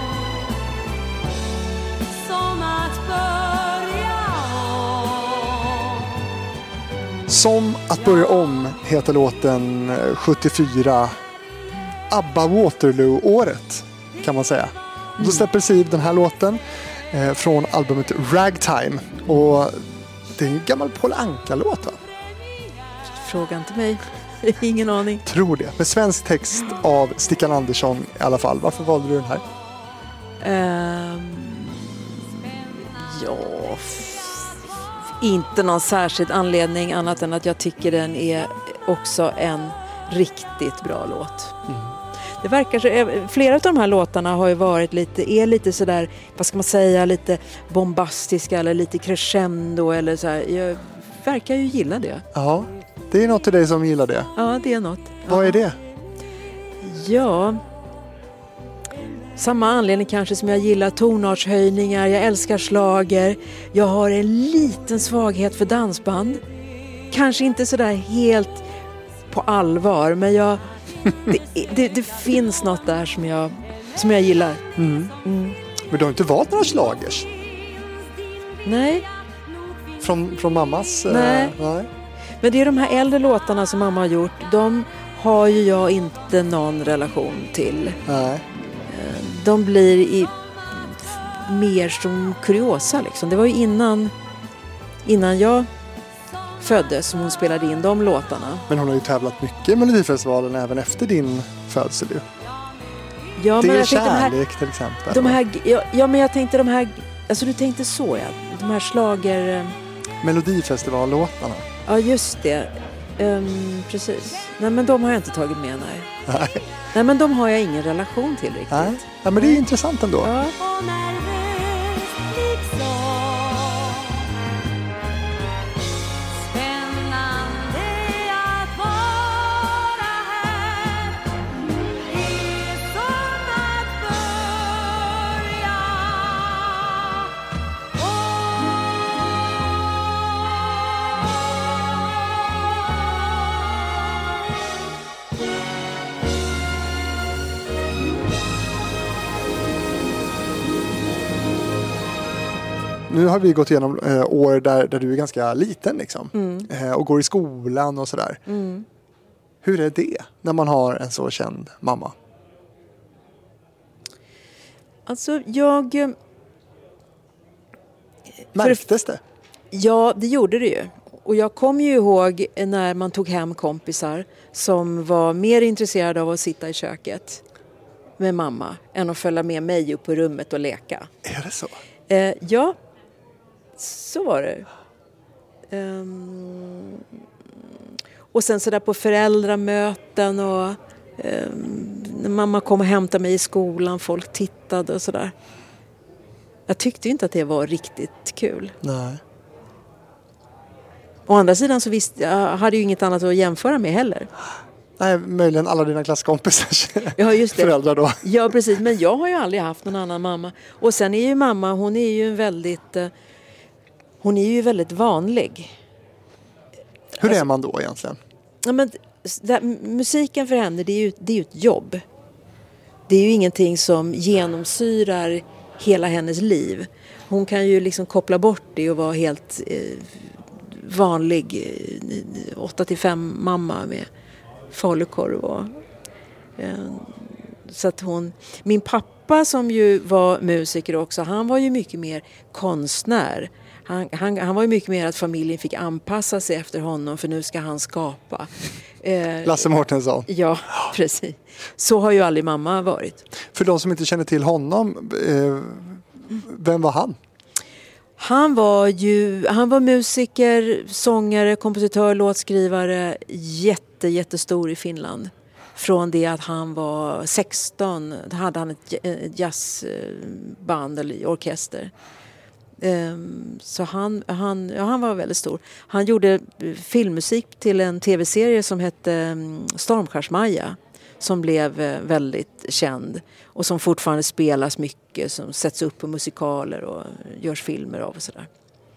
Som att börja om. Som att börja om heter låten sjuttiofyra. ABBA Waterloo-året kan man säga. Mm. Då släpper Siv den här låten eh, från albumet Ragtime. Och det är en gammal Paul Anka-låt, va? Fråga inte mig. Ingen aning. Tror det. Med svensk text av Stickan Andersson i alla fall. Varför valde du den här? Um, ja... Inte någon särskild anledning annat än att jag tycker den är också en riktigt bra låt. Mm. Det verkar så, flera av de här låtarna har ju varit lite, är lite sådär, vad ska man säga, lite bombastiska eller lite crescendo eller så här. Jag verkar ju gilla det. Ja, det är något till dig som gillar det. Ja, det är något. Vad ja. är det? Ja, samma anledning kanske som jag gillar tonartshöjningar, jag älskar slager. Jag har en liten svaghet för dansband. Kanske inte sådär helt på allvar, men jag, det, det, det finns något där som jag, som jag gillar. Mm. Mm. Men du har inte valt några slagers? Nej. Från, från mammas? Nej. Eh, nej. Men det är de här äldre låtarna som mamma har gjort. De har ju jag inte någon relation till. Nej. De blir i, mer som kuriosa liksom. Det var ju innan, innan jag föddes som hon spelade in de låtarna. Men hon har ju tävlat mycket i Melodifestivalen även efter din födsel. Ja, det men är jag tänkte kärlek de här, till exempel. De här, ja, ja, men jag tänkte de här... Alltså du tänkte så, ja. De här slager... Melodifestivallåtarna. Ja, just det. Um, precis. Nej, men de har jag inte tagit med, nej. Nej. Nej, men de har jag ingen relation till riktigt. Nej, ja, men det är intressant ändå. Ja. Nu har vi gått igenom eh, år där, där du är ganska liten liksom. Mm. Eh, och går i skolan och sådär. Mm. Hur är det när man har en så känd mamma? Alltså, jag... eh, Märktes det? Ja, det gjorde det ju. Och jag kommer ju ihåg när man tog hem kompisar som var mer intresserade av att sitta i köket med mamma än att följa med mig upp på rummet och leka. Är det så? Eh, ja, så var det. Um, och sen så där på föräldramöten och um, när mamma kom och hämtade mig i skolan, folk tittade och sådär. Jag tyckte ju inte att det var riktigt kul. Nej. Å andra sidan så visst, jag hade ju inget annat att jämföra med heller. Nej, möjligen alla dina klasskompisars Ja, just det. föräldrar då. Ja, precis. Men jag har ju aldrig haft någon annan mamma. Och sen är ju mamma, hon är ju väldigt... Eh, hon är ju väldigt vanlig. Hur alltså, är man då egentligen? Ja, men, där, musiken för henne, det är ju, det är ju ett jobb. Det är ju ingenting som genomsyrar hela hennes liv. Hon kan ju liksom koppla bort det och vara helt eh, vanlig eh, åtta till fem mamma med falukorv och... Eh, så att hon... Min pappa som ju var musiker också, han var ju mycket mer konstnär. Han, han, han var ju mycket mer att familjen fick anpassa sig efter honom för nu ska han skapa. Eh, Lasse Mårtensson. Ja, precis. Så har ju aldrig mamma varit. För de som inte känner till honom, eh, vem var han? Han var ju, han var musiker, sångare, kompositör, låtskrivare, jätte, jättestor i Finland. Från det att han var sexton hade han ett jazzband eller orkester. Så han, han, ja, han var väldigt stor. Han gjorde filmmusik till en tv-serie som hette Stormskärsmaja. Som blev väldigt känd. Och som fortfarande spelas mycket. Som sätts upp på musikaler och görs filmer av och sådär.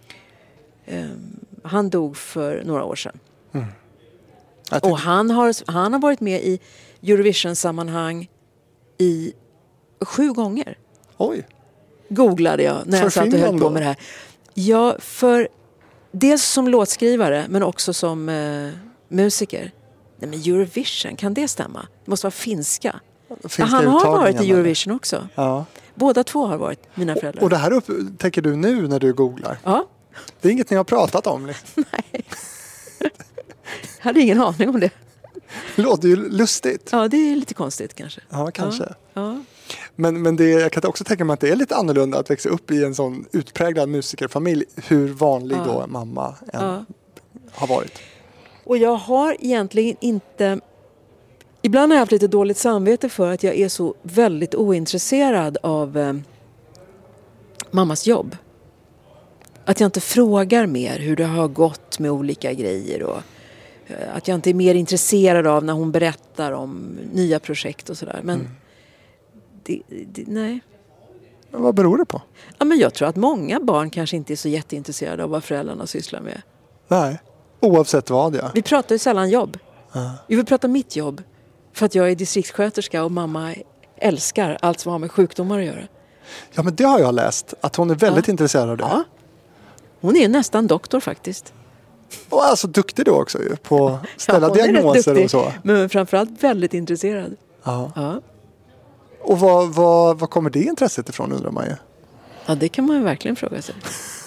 Han dog för några år sedan. Mm. Och han har, han har varit med i Eurovision-sammanhang i sju gånger. Oj. Googlade jag när för jag satt och höll på med då? det här. Ja, för dels som låtskrivare men också som eh, musiker. Nej, men Eurovision, kan det stämma? Det måste vara finska. Ja, han har varit i Eurovision också. Ja. Båda två har varit mina föräldrar. Och det här upptäcker du nu när du googlar? Ja. Det är inget ni har pratat om? Liksom. Nej. Jag hade ingen aning om det. Det låter ju lustigt. Ja, det är lite konstigt kanske. Ja, kanske. Ja. Ja. Men, men det, jag kan också tänka mig att det är lite annorlunda att växa upp i en sån utpräglad musikerfamilj. Hur vanlig ja. då mamma än ja. har varit. Och jag har egentligen inte... Ibland har jag haft lite dåligt samvete för att jag är så väldigt ointresserad av eh, mammas jobb. Att jag inte frågar mer hur det har gått med olika grejer och eh, att jag inte är mer intresserad av när hon berättar om nya projekt och sådär. Men mm. det, det, nej. Men vad beror det på? Ja, men jag tror att många barn kanske inte är så jätteintresserade av vad föräldrarna sysslar med. Nej, oavsett vad ja. Vi pratar ju sällan jobb. Uh. Vi vill prata mitt jobb. För att jag är distriktssköterska och mamma älskar allt som har med sjukdomar att göra. Ja, men det har jag läst. Att hon är väldigt ja. intresserad av det. Ja. Hon är nästan doktor faktiskt. Och alltså duktig då också ju. På att ställa ja, diagnoser och så. Men framförallt väldigt intresserad. Ja. ja. Och vad, vad, vad kommer det intresset ifrån undrar man ju? Ja, det kan man ju verkligen fråga sig.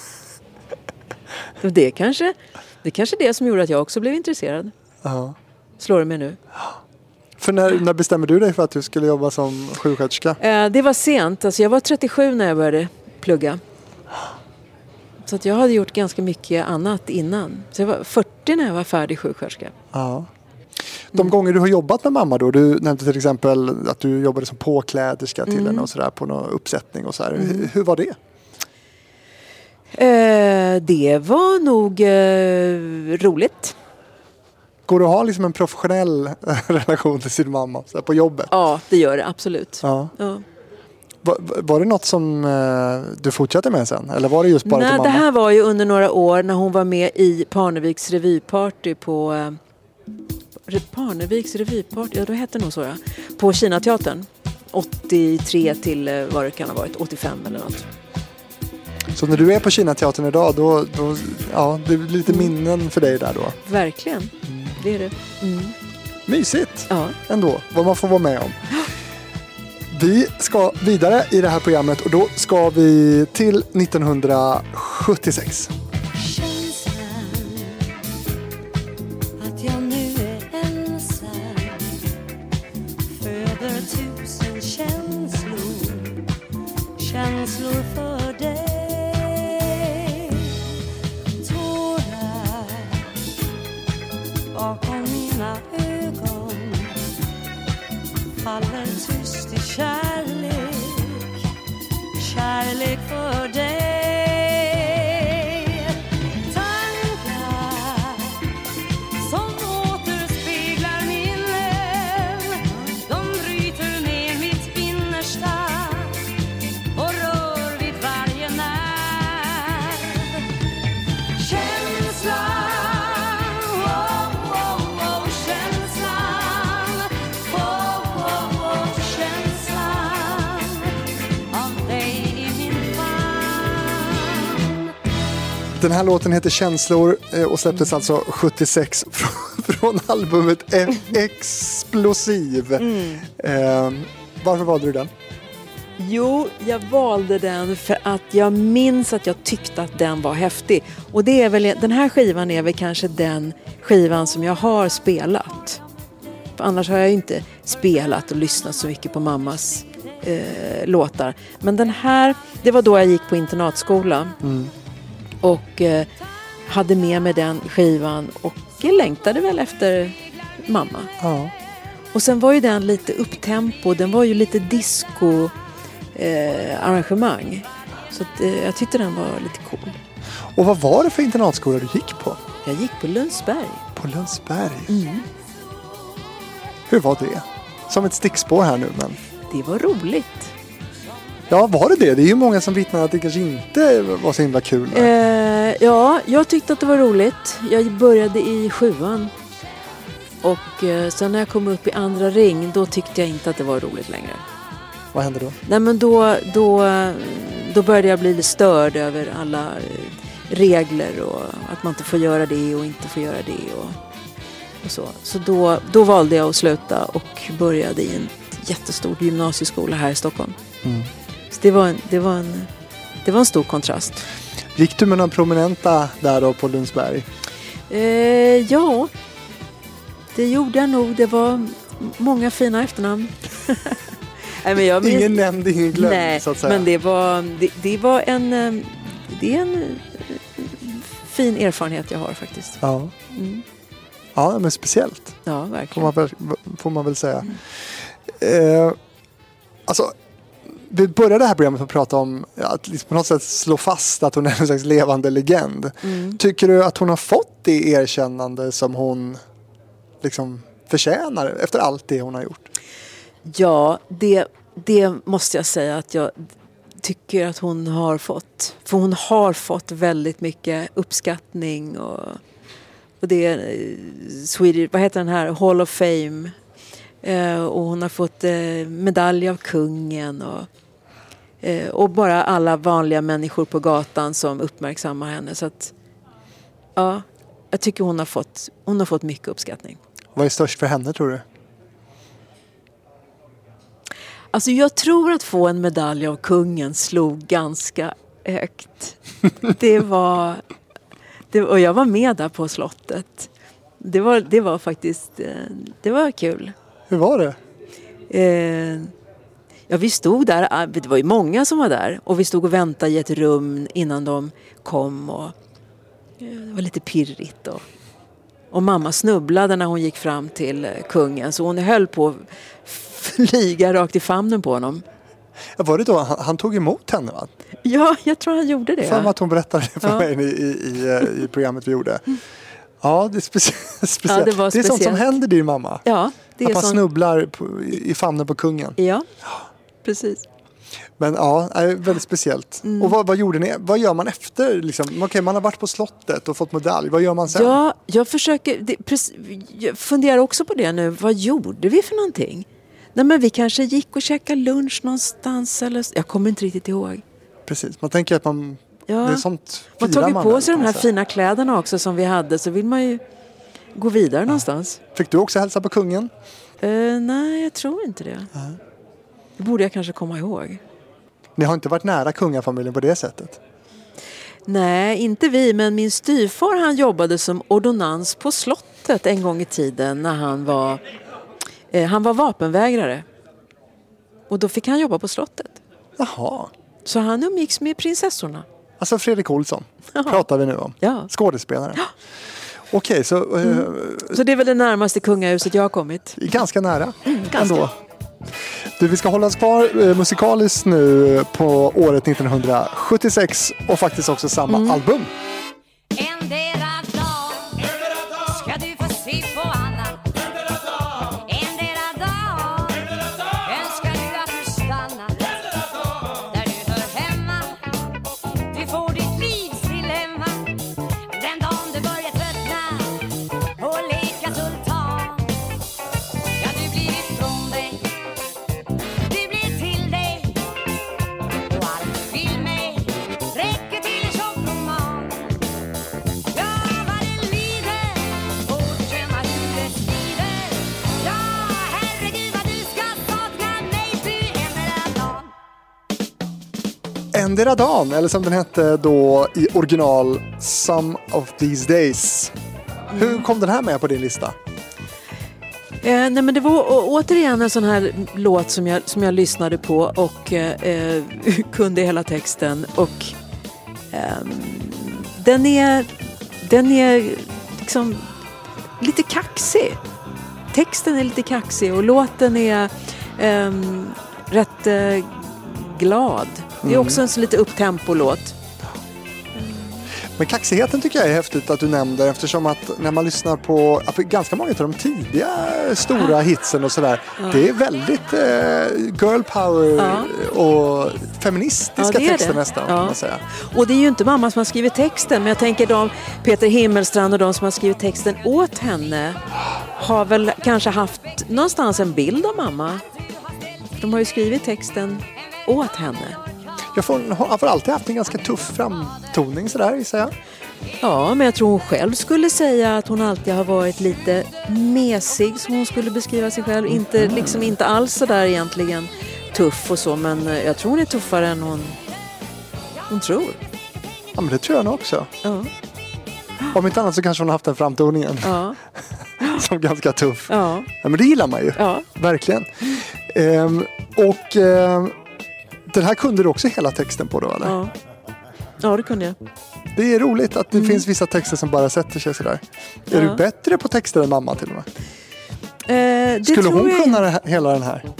det är kanske det kanske det som gjorde att jag också blev intresserad. Ja. Slår det mig nu. För när, när bestämmer du dig för att du skulle jobba som sjuksköterska? Eh, det var sent. Alltså jag var trettiosju när jag började plugga. Så att jag hade gjort ganska mycket annat innan. Så jag var fyrtio när jag var färdig sjuksköterska. Ja. De mm. gånger du har jobbat med mamma då, du nämnde till exempel att du jobbade som påkläderska till mm. henne och sådär på någon uppsättning och sådär. Mm. Hur, hur var det? Eh, det var nog eh, roligt. Går du att ha liksom en professionell relation till sin mamma så här, på jobbet? Ja, det gör det absolut. Ja. Ja. Var, var det något som eh, du fortsatte med sen? Eller var det just bara Nej, till mamma? Det här var ju under några år när hon var med i Parneviks revyparty på... Eh, Parneviks revyparty, ja då hette det nog så ja. På Kinateatern. åttiotre till eh, vad det kan ha varit, åttiofem eller något. Så när du är på Kinateatern idag, då, då ja, det blir lite mm. minnen för dig där då? Verkligen, mm. det är det. Mm. Mysigt ja. ändå, vad man får vara med om. Vi ska vidare i det här programmet och då ska vi till nittonhundrasjuttiosex. Känslor för dig, tårar bakom mina ögon faller tyst i kärlek, kärlek för dig. Tankar som återspeglar minnen, de bryter ner mitt innersta och rör vid varje nerv. Känslan, oh, oh, oh, känslan, oh, oh, oh, känslan av dig i min famn. Den här låten heter Känslor och släpptes alltså sjuttiosex från, från albumet Explosiv. Mm. Eh, varför valde du den? Jo, jag valde den för att jag minns att jag tyckte att den var häftig. Och det är väl, den här skivan är väl kanske den skivan som jag har spelat. För annars har jag inte spelat och lyssnat så mycket på mammas eh, låtar. Men den här, det var då jag gick på internatskola. Mm. Och eh, hade med mig den skivan och längtade väl efter mamma. Ja. Och sen var ju den lite upptempo, den var ju lite disco... Eh, arrangemang. Så att, eh, jag tyckte den var lite cool. Och vad var det för internatskola du gick på? Jag gick på Lundsberg. På Lundsberg? Mm. Hur var det? Som ett stickspår här nu, men... Det var roligt. Ja, var det det? Det är ju många som vittnar att det kanske inte var så himla kul. Eh, ja, jag tyckte att det var roligt. Jag började i sjuan. Och eh, sen när jag kom upp i andra ring, då tyckte jag inte att det var roligt längre. Vad hände då? Nej, men då, då, då började jag bli lite störd över alla regler och att man inte får göra det och inte får göra det och, och så. Så då, då valde jag att sluta och började i en jättestor gymnasieskola här i Stockholm. Mm. Så det var, en, det, var en, det var en stor kontrast. Gick du med några prominenta där då på Lundsberg? Eh, ja, det gjorde jag nog. Det var många fina efternamn. Nej, men jag minns... Ingen nämnd, ingen glömd. Nej, så att säga. Men det var, det, det var en, det är en fin erfarenhet jag har faktiskt. Ja. Mm. Ja, men speciellt. Ja, Får verkligen. man väl, får man väl säga. Eh, alltså, vi började det här programmet med att prata om att liksom på något sätt slå fast att hon är en slags levande legend. Mm. Tycker du att hon har fått det erkännande som hon liksom förtjänar efter allt det hon har gjort? Ja, det, det måste jag säga att jag tycker att hon har fått. För hon har fått väldigt mycket uppskattning och, och det är eh, Swedish, vad heter den här, Hall of Fame. Eh, och hon har fått eh, medalj av kungen och, eh, och bara alla vanliga människor på gatan som uppmärksammar henne. Så att, ja, jag tycker hon har fått, hon har fått mycket uppskattning. Vad är störst för henne, tror du? Alltså jag tror att få en medalj av kungen slog ganska högt. Det var, det, och jag var med där på slottet. Det var, det var faktiskt, eh, det var kul. Hur var det? Eh, ja, vi stod där, det var ju många som var där. Och vi stod och väntade i ett rum innan de kom. Och, eh, det var lite pirrigt. Och, och mamma snubblade när hon gick fram till eh, kungen. Så hon höll på att flyga rakt i famnen på honom. Ja, var det då han, han tog emot henne, va? Ja, jag tror han gjorde det. För att hon berättade det för Ja. mig i, i, i programmet vi gjorde. Ja, det är specie- speciellt. Ja, det var det är sånt som speciellt. händer din mamma. Ja, det Att är man sån... snubblar på, i famnen på kungen. Ja, precis. Men ja, det är väldigt speciellt. Mm. Och vad, vad gjorde ni? Vad gör man efter? Liksom? Okej, man har varit på slottet och fått medalj. Vad gör man sen? Ja, jag försöker... Det, precis, jag funderar också på det nu. Vad gjorde vi för någonting? Nej, men vi kanske gick och käkade lunch någonstans. Eller, jag kommer inte riktigt ihåg. Precis, man tänker att man... Ja. Det är sånt Man firar tog ju på väl, sig kan de här man säga. fina kläderna också som vi hade. Så vill man ju gå vidare någonstans. Fick du också hälsa på kungen? Uh, nej, jag tror inte det. Det borde jag kanske komma ihåg. Ni har inte varit nära kungafamiljen på det sättet? Nej, inte vi, men min styvfar han jobbade som ordonnans på slottet en gång i tiden när han var, eh, han var vapenvägrare. Och då fick han jobba på slottet. Jaha. Så han umgicks med prinsessorna. Alltså Fredrik Olsson Ja. pratar vi nu om. Ja. Skådespelaren. Okej, så eh, Så det är väl det närmaste kungahuset jag har kommit. ganska nära ganska. ändå. Du, vi ska hålla oss kvar eh, musikaliskt nu på året nittonhundrasjuttiosex och faktiskt också samma Mm. album. Endera dag ska du få se på Anna. Endera dag önskar du att du stannar där du hör hemma. Du får ditt livs dilemma den dagen du börjar tröttna och leka sultan. Ja, du blir ifrån dig, du blir till dig och allt du vill mig räcker till en tjock roman. Ja, vad det lider och känna hur det svider. Ja, herregud vad du ska sakna mig ty endera dagen. Endera dagen, eller som den hette då i original Some of These Days. Hur kom den här med på din lista? Eh, nej men det var å- återigen en sån här låt som jag, som jag lyssnade på och eh, kunde hela texten. Och ehm, den är, den är liksom lite kaxig. Texten är lite kaxig och låten är ehm, rätt eh, glad. Det är också en så lite upptempo-låt. Men kaxigheten tycker jag är häftigt att du nämnde, eftersom att när man lyssnar på att ganska många av de tidiga stora hitsen och sådär, det är väldigt eh, girl power Ja. och feministiska Ja, det är texter det. nästan, Ja. kan man säga. Och det är ju inte mamma som har skrivit texten, men jag tänker de, Peter Himmelstrand och de som har skrivit texten åt henne har väl kanske haft någonstans en bild av mamma. De har ju skrivit texten åt henne. Jag får, har får alltid haft en ganska tuff framtoning sådär, gissar jag. Ja, men jag tror hon själv skulle säga att hon alltid har varit lite mesig, som hon skulle beskriva sig själv. Inte, liksom inte alls så där egentligen tuff och så, men jag tror hon är tuffare än hon, hon tror. Ja, men det tror jag nog också. Ja, Om inte annat så kanske hon har haft den framtoningen ja, som ganska tuff. ja, Ja, men det gillar man ju. ja. Verkligen. Ehm, och ehm, den här kunde du också hela texten på då, eller? Ja, ja det kunde jag. Det är roligt att det Mm. finns vissa texter som bara sätter sig sådär. Ja. Är du bättre på texter än mamma till och med? Eh, det Skulle tror hon jag kunna det här, hela den här?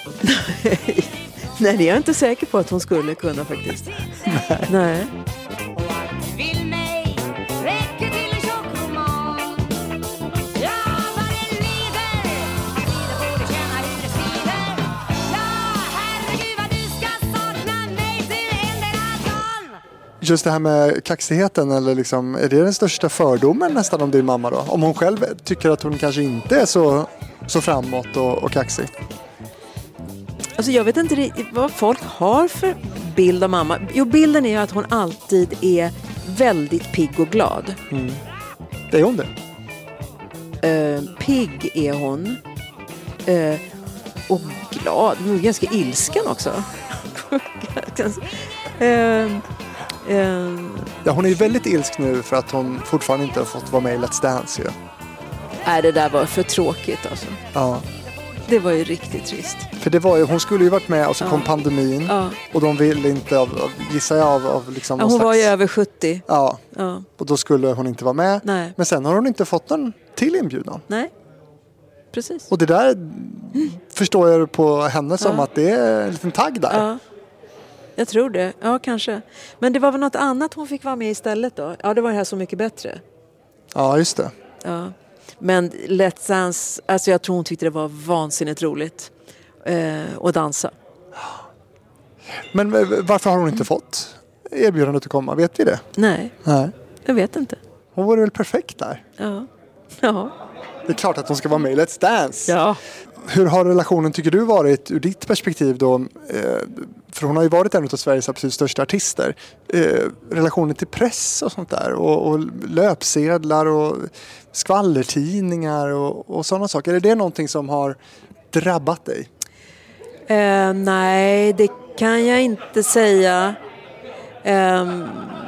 Nej, det är jag inte säker på att hon skulle kunna faktiskt. Nej. Nej. Vill mig räcker till en tjock roman. Ja, vad det lider, att lider borde känna hur det svider. Ja, herregud vad du ska sakna mig till endera dagen. Just det här med kaxigheten, eller liksom, är det den största fördomen nästan om din mamma då? Om hon själv tycker att hon kanske inte är så, så framåt och, och kaxig. Alltså jag vet inte riktigt vad folk har för bild av mamma. Jo, bilden är ju att hon alltid är väldigt pigg och glad. Det är hon det? Eh, pigg är hon. Eh, och glad. Hon är ganska ilsken också. eh, eh, Ja, hon är ju väldigt ilsk nu för att hon fortfarande inte har fått vara med i Let's Dance ju. nej, det där var för tråkigt alltså. Ja. Det var ju riktigt trist. För det var ju, hon skulle ju varit med och så Ja. kom pandemin. Ja. Och de ville inte, av, av, gissar jag, av, av liksom Ja, någon hon var ju slags... över sjuttio. Ja, Ja. och då skulle hon inte vara med. Nej. Men sen har hon inte fått någon till inbjudan. Nej, precis. Och det där förstår jag på henne som Ja. att det är en liten tagg där. Ja, jag tror det. Ja, kanske. Men det var väl något annat hon fick vara med istället då? Ja, det var det här Så mycket bättre. Ja, just det. Ja. Men Let's Dance, alltså jag tror hon tyckte det var vansinnigt roligt eh, att dansa. Men varför har hon inte fått erbjudandet att komma? Vet vi det? Nej, Nej. jag vet inte. Hon vore väl perfekt där. Ja. Ja. Det är klart att hon ska vara med i Let's Dance. Ja. Hur har relationen, tycker du, varit ur ditt perspektiv då? Eh, för hon har ju varit en av Sveriges absolut största artister. Eh, relationen till press och sånt där. Och, och löpsedlar och skvallertidningar och, och sådana saker. Är det någonting som har drabbat dig? Eh, nej, det kan jag inte säga. Ehm,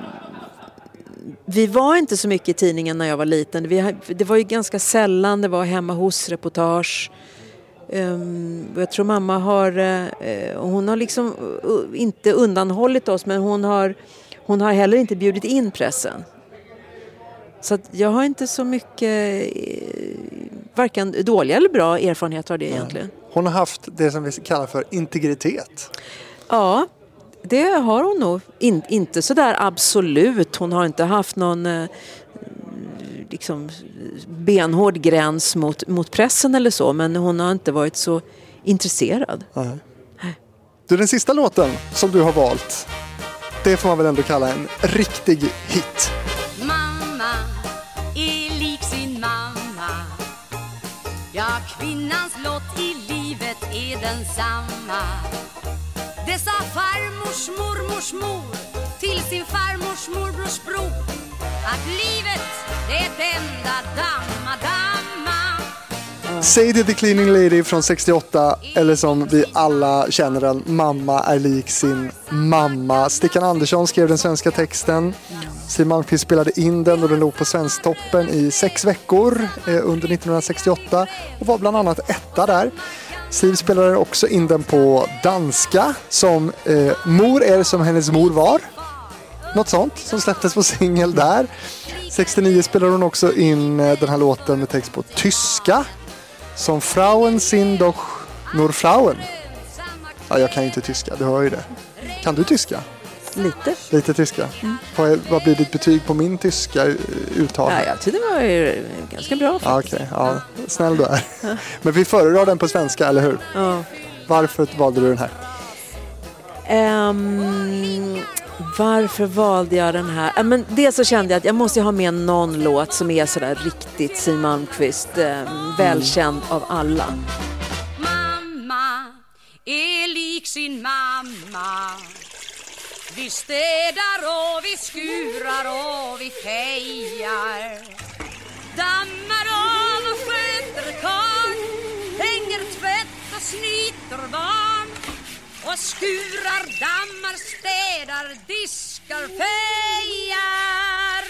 vi var inte så mycket i tidningen när jag var liten. Vi, det var ju ganska sällan det var hemma hos-reportage. Um, jag tror mamma har, uh, hon har liksom uh, inte undanhållit oss, men hon har, hon har heller inte bjudit in pressen. Så att jag har inte så mycket, uh, varken dåliga eller bra erfarenheter av det egentligen. Hon har haft det som vi kallar för integritet. Ja, det har hon nog. In, inte så där absolut. Hon har inte haft någon uh, liksom benhård gräns mot, mot pressen eller så, men hon har inte varit så intresserad. Nej. Du, den sista låten som du har valt, det får man väl ändå kalla en riktig hit. Mamma är lik sin mamma. Ja, kvinnans lott i livet är densamma. Det sa farmors mormors mor till sin farmors morbrors bror, att livet det är ett enda damma, damma. Sadie the Cleaning Lady från sextioåtta, eller som vi alla känner den, Mamma är lik sin mamma. Stickan Andersson skrev den svenska texten. Siw Malmkvist spelade in den och den låg på Svensktoppen i sex veckor eh, under nittonhundrasextioåtta och var bland annat etta där. Siw spelade också in den på danska som eh, Mor är som hennes mor var. Något sånt som släpptes på singel där. sextionio spelade hon också in den här låten med text på tyska som Frauen sind doch nur Frauen. Ja, jag kan ju inte tyska, du hör ju det. Kan du tyska? Lite. Lite tyska. Mm. Vad, vad blir ditt betyg på min tyska uttal? Ja, jag tyckte det var ju ganska bra Ja, faktiskt. okej. Ja, snäll du är. Men vi föredrar den på svenska, eller hur? Ja. Varför valde du den här? Um, varför valde jag den här? Uh, men dels så kände jag att jag måste ha med någon låt som är sådär riktigt Siw Malmkvist, um, välkänd av alla. Mamma är lik sin mamma. Vi städar och vi skurar och vi fejar. Dammar av och sköter karl. Hänger tvätt och snyter barn. Och skurar, dammar, städar, diskar, fejar.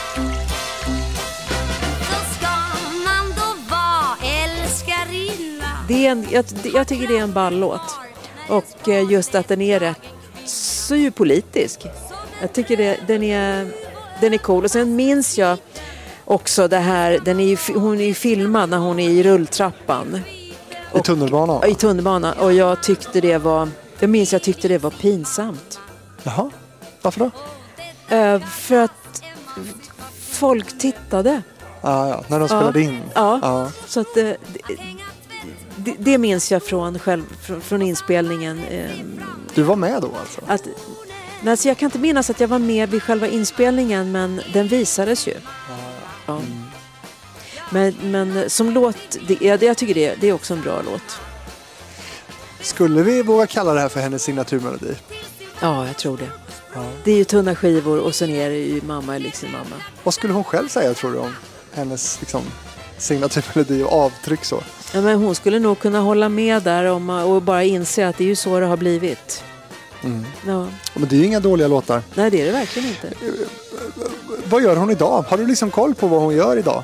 Så ska man då vara älskarinna. Det är en, jag, jag tycker det är en ballåt. Och eh, just att den är rätt så ju politisk. Jag tycker det, den är den är cool. Och sen minns jag också det här, den är ju, hon är ju filmad när hon är i rulltrappan. I tunnelbanan? I tunnelbanan. Och jag tyckte det var, jag minns jag tyckte det var pinsamt. Jaha, varför då? Uh, för att folk tittade. Ah, ja, när de spelade ja. in. Ja, ja. Så att det, det, det minns jag från, själv, från, från inspelningen. Um, du var med då alltså? Att, nej, alltså jag kan inte minnas att jag var med vid själva inspelningen, men den visades ju. Ah, ja. mm. men, men som låt, det, jag, jag tycker det, det är också en bra låt. Skulle vi våga kalla det här för hennes signaturmelodi? Ja, jag tror det. Ja. Det är ju tunna skivor och sen är det ju Mamma är liksom mamma. Vad skulle hon själv säga, tror du, om hennes liksom, signaturmelodi och avtryck så? Ja, men hon skulle nog kunna hålla med där om, och bara inse att det är ju så det har blivit. Mm. Ja. Men det är ju inga dåliga låtar. Nej, det är det verkligen inte. Vad gör hon idag? Har du liksom koll på vad hon gör idag?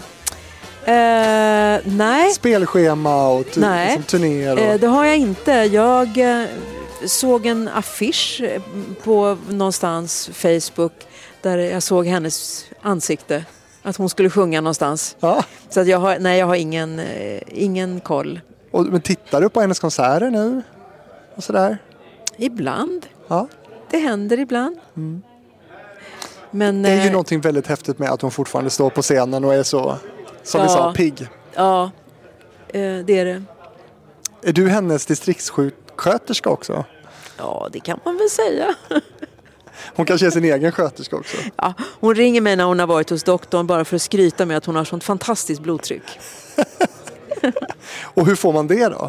Eh, nej. Spelschema och t- nej. Liksom turnéer? Och... Eh, det har jag inte. Jag eh, såg en affisch på någonstans Facebook där jag såg hennes ansikte. Att hon skulle sjunga någonstans. Ja. Så att jag har, nej, jag har ingen, eh, ingen koll. Och, men tittar du på hennes konserter nu? Och sådär? Ibland. Ja. Det händer ibland. Mm. Men, det är ju eh, någonting väldigt häftigt med att hon fortfarande står på scenen och är så, som ja. vi sa, pigg. Ja, eh, det är det. Är du hennes distriktssjuksköterska också? Ja, det kan man väl säga. Hon kanske är sin egen sköterska också. Ja, hon ringer mig när hon har varit hos doktorn bara för att skryta med att hon har sånt fantastiskt blodtryck. Och hur får man det då?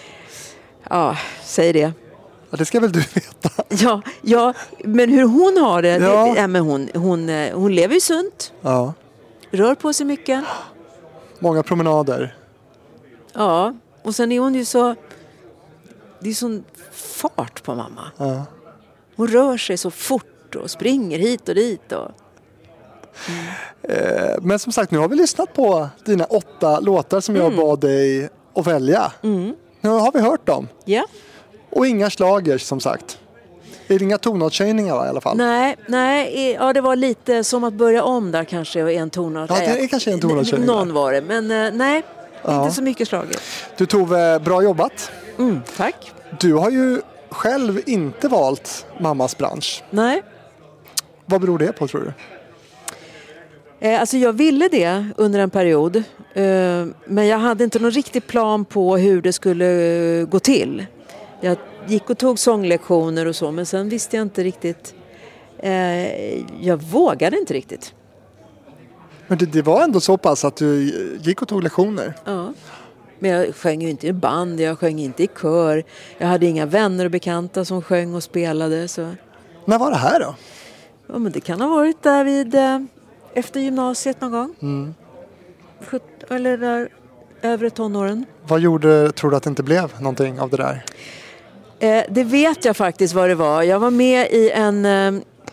Ja, säg det. Ja, det ska väl du veta. Ja, ja, men hur hon har det, Ja. det ja, men hon, hon, hon lever ju sunt, Ja. rör på sig mycket. Många promenader. Ja, och sen är hon ju så, det är sån fart på mamma. Ja. Hon rör sig så fort och springer hit och dit. Och... Mm. Eh, men som sagt, nu har vi lyssnat på dina åtta låtar som jag Mm. bad dig att välja. Mm. Nu har vi hört dem. Ja. Och inga slagers, som sagt. Det är inga tonartshöjningar, va, i alla fall. Nej, nej, ja, det var lite som att börja om där kanske och en tonart. Ja, det är kanske en tonartshöjning. Någon var det, men eh, nej, Ja. inte så mycket slaget. Du Tove, bra jobbat. Mm, tack. Du har ju själv inte valt mammas bransch. Nej. Vad beror det på, tror du? Eh, alltså jag ville det under en period. Eh, men jag hade inte någon riktig plan på hur det skulle eh, gå till. Jag gick och tog sånglektioner och så, men sen visste jag inte riktigt. Eh, jag vågade inte riktigt. Men det, det var ändå så pass att du gick och tog lektioner. Ja. Men jag sjöng ju inte i band, jag sjöng inte i kör. Jag hade inga vänner och bekanta som sjöng och spelade. Så. När var det här då? Ja, men det kan ha varit där vid, eh, efter gymnasiet någon gång. Mm. Sjut- eller där övre tonåren. Vad gjorde, tror du, att det inte blev någonting av det där? Eh, det vet jag faktiskt vad det var. Jag var med i en eh,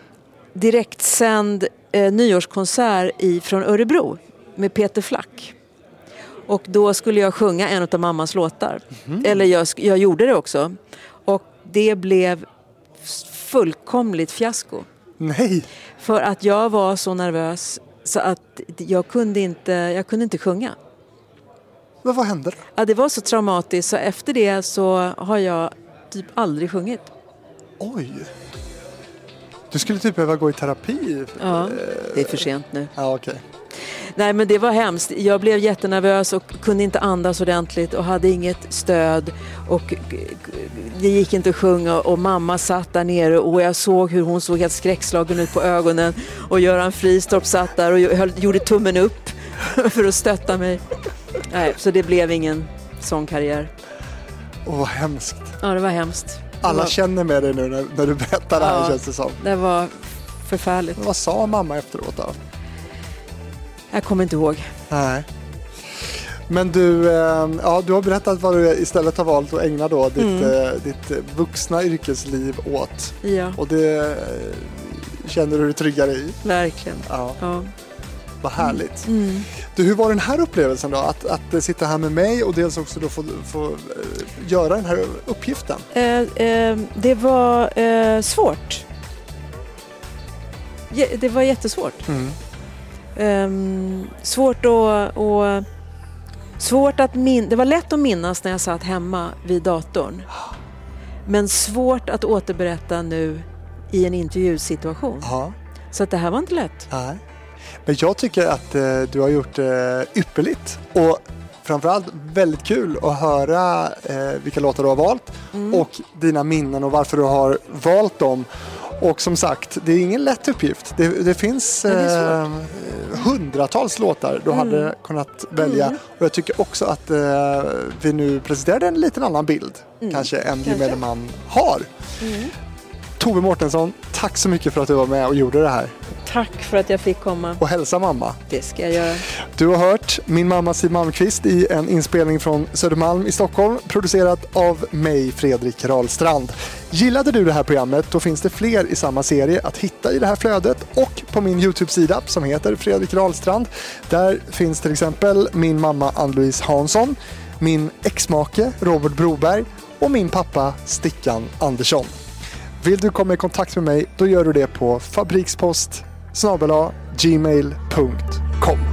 direktsänd eh, nyårskonsert i, från Örebro med Peter Flack. Och då skulle jag sjunga en av mammas låtar. Mm. Eller jag, jag gjorde det också. Och det blev fullkomligt fiasko. Nej! För att jag var så nervös så att jag kunde inte, jag kunde inte sjunga. Men vad hände då? Ja, det var så traumatiskt så efter det så har jag typ aldrig sjungit. Oj! Du skulle typ behöva gå i terapi. Ja, det är för sent nu. Ja, okej. Nej, men det var hemskt. Jag blev jättenervös och kunde inte andas ordentligt och hade inget stöd. Och det gick inte att sjunga och mamma satt där nere och jag såg hur hon såg helt skräckslagen ut på ögonen. Och Göran Fristorp satt där och höll, gjorde tummen upp för att stötta mig. Nej, så det blev ingen sångkarriär. Åh, vad hemskt. Ja, det var hemskt. Alla var... känner med dig nu när, när du berättar det här, ja, känns det som. Det var förfärligt. Men vad sa mamma efteråt då? Jag kommer inte ihåg. Nej. Men du, eh, ja, du har berättat vad du istället har valt att ägna då ditt, Mm. eh, ditt vuxna yrkesliv åt. Ja, Och det eh, känner du dig tryggare i. verkligen. Ja, Ja. vad härligt. Mm. Du, hur var den här upplevelsen då? Att, att eh, sitta här med mig och dels också då få, få eh, göra den här uppgiften. Eh, eh, det var eh, svårt. det var jättesvårt. Mm. Um, svårt att... Och, svårt att min, det var lätt att minnas när jag satt hemma vid datorn. Men svårt att återberätta nu i en intervjusituation. Ja. Så att det här var inte lätt. Nej. Men jag tycker att eh, du har gjort eh, ypperligt. Och framförallt väldigt kul att höra eh, vilka låtar du har valt. Mm. Och dina minnen och varför du har valt dem. Och som sagt, det är ingen lätt uppgift. Det, det finns eh, hundratals låtar du mm. hade kunnat välja. Mm. Och jag tycker också att eh, vi nu presenterade en liten annan bild. Mm. Kanske än gemene man har. Mm. Tove Mårtensson, tack så mycket för att du var med och gjorde det här. Tack för att jag fick komma. Och hälsa mamma. Det ska jag göra. Du har hört min mamma Siw Malmkvist i en inspelning från Södermalm i Stockholm, producerat av mig, Fredrik Rahlstrand. Gillade du det här programmet, då finns det fler i samma serie att hitta i det här flödet och på min YouTube-sida som heter Fredrik Rahlstrand. Där finns till exempel min mamma Ann-Louise Hansson, min exmake Robert Broberg och min pappa Stickan Andersson. Vill du komma i kontakt med mig, då gör du det på fabrikspost snabel-a gmail punkt com.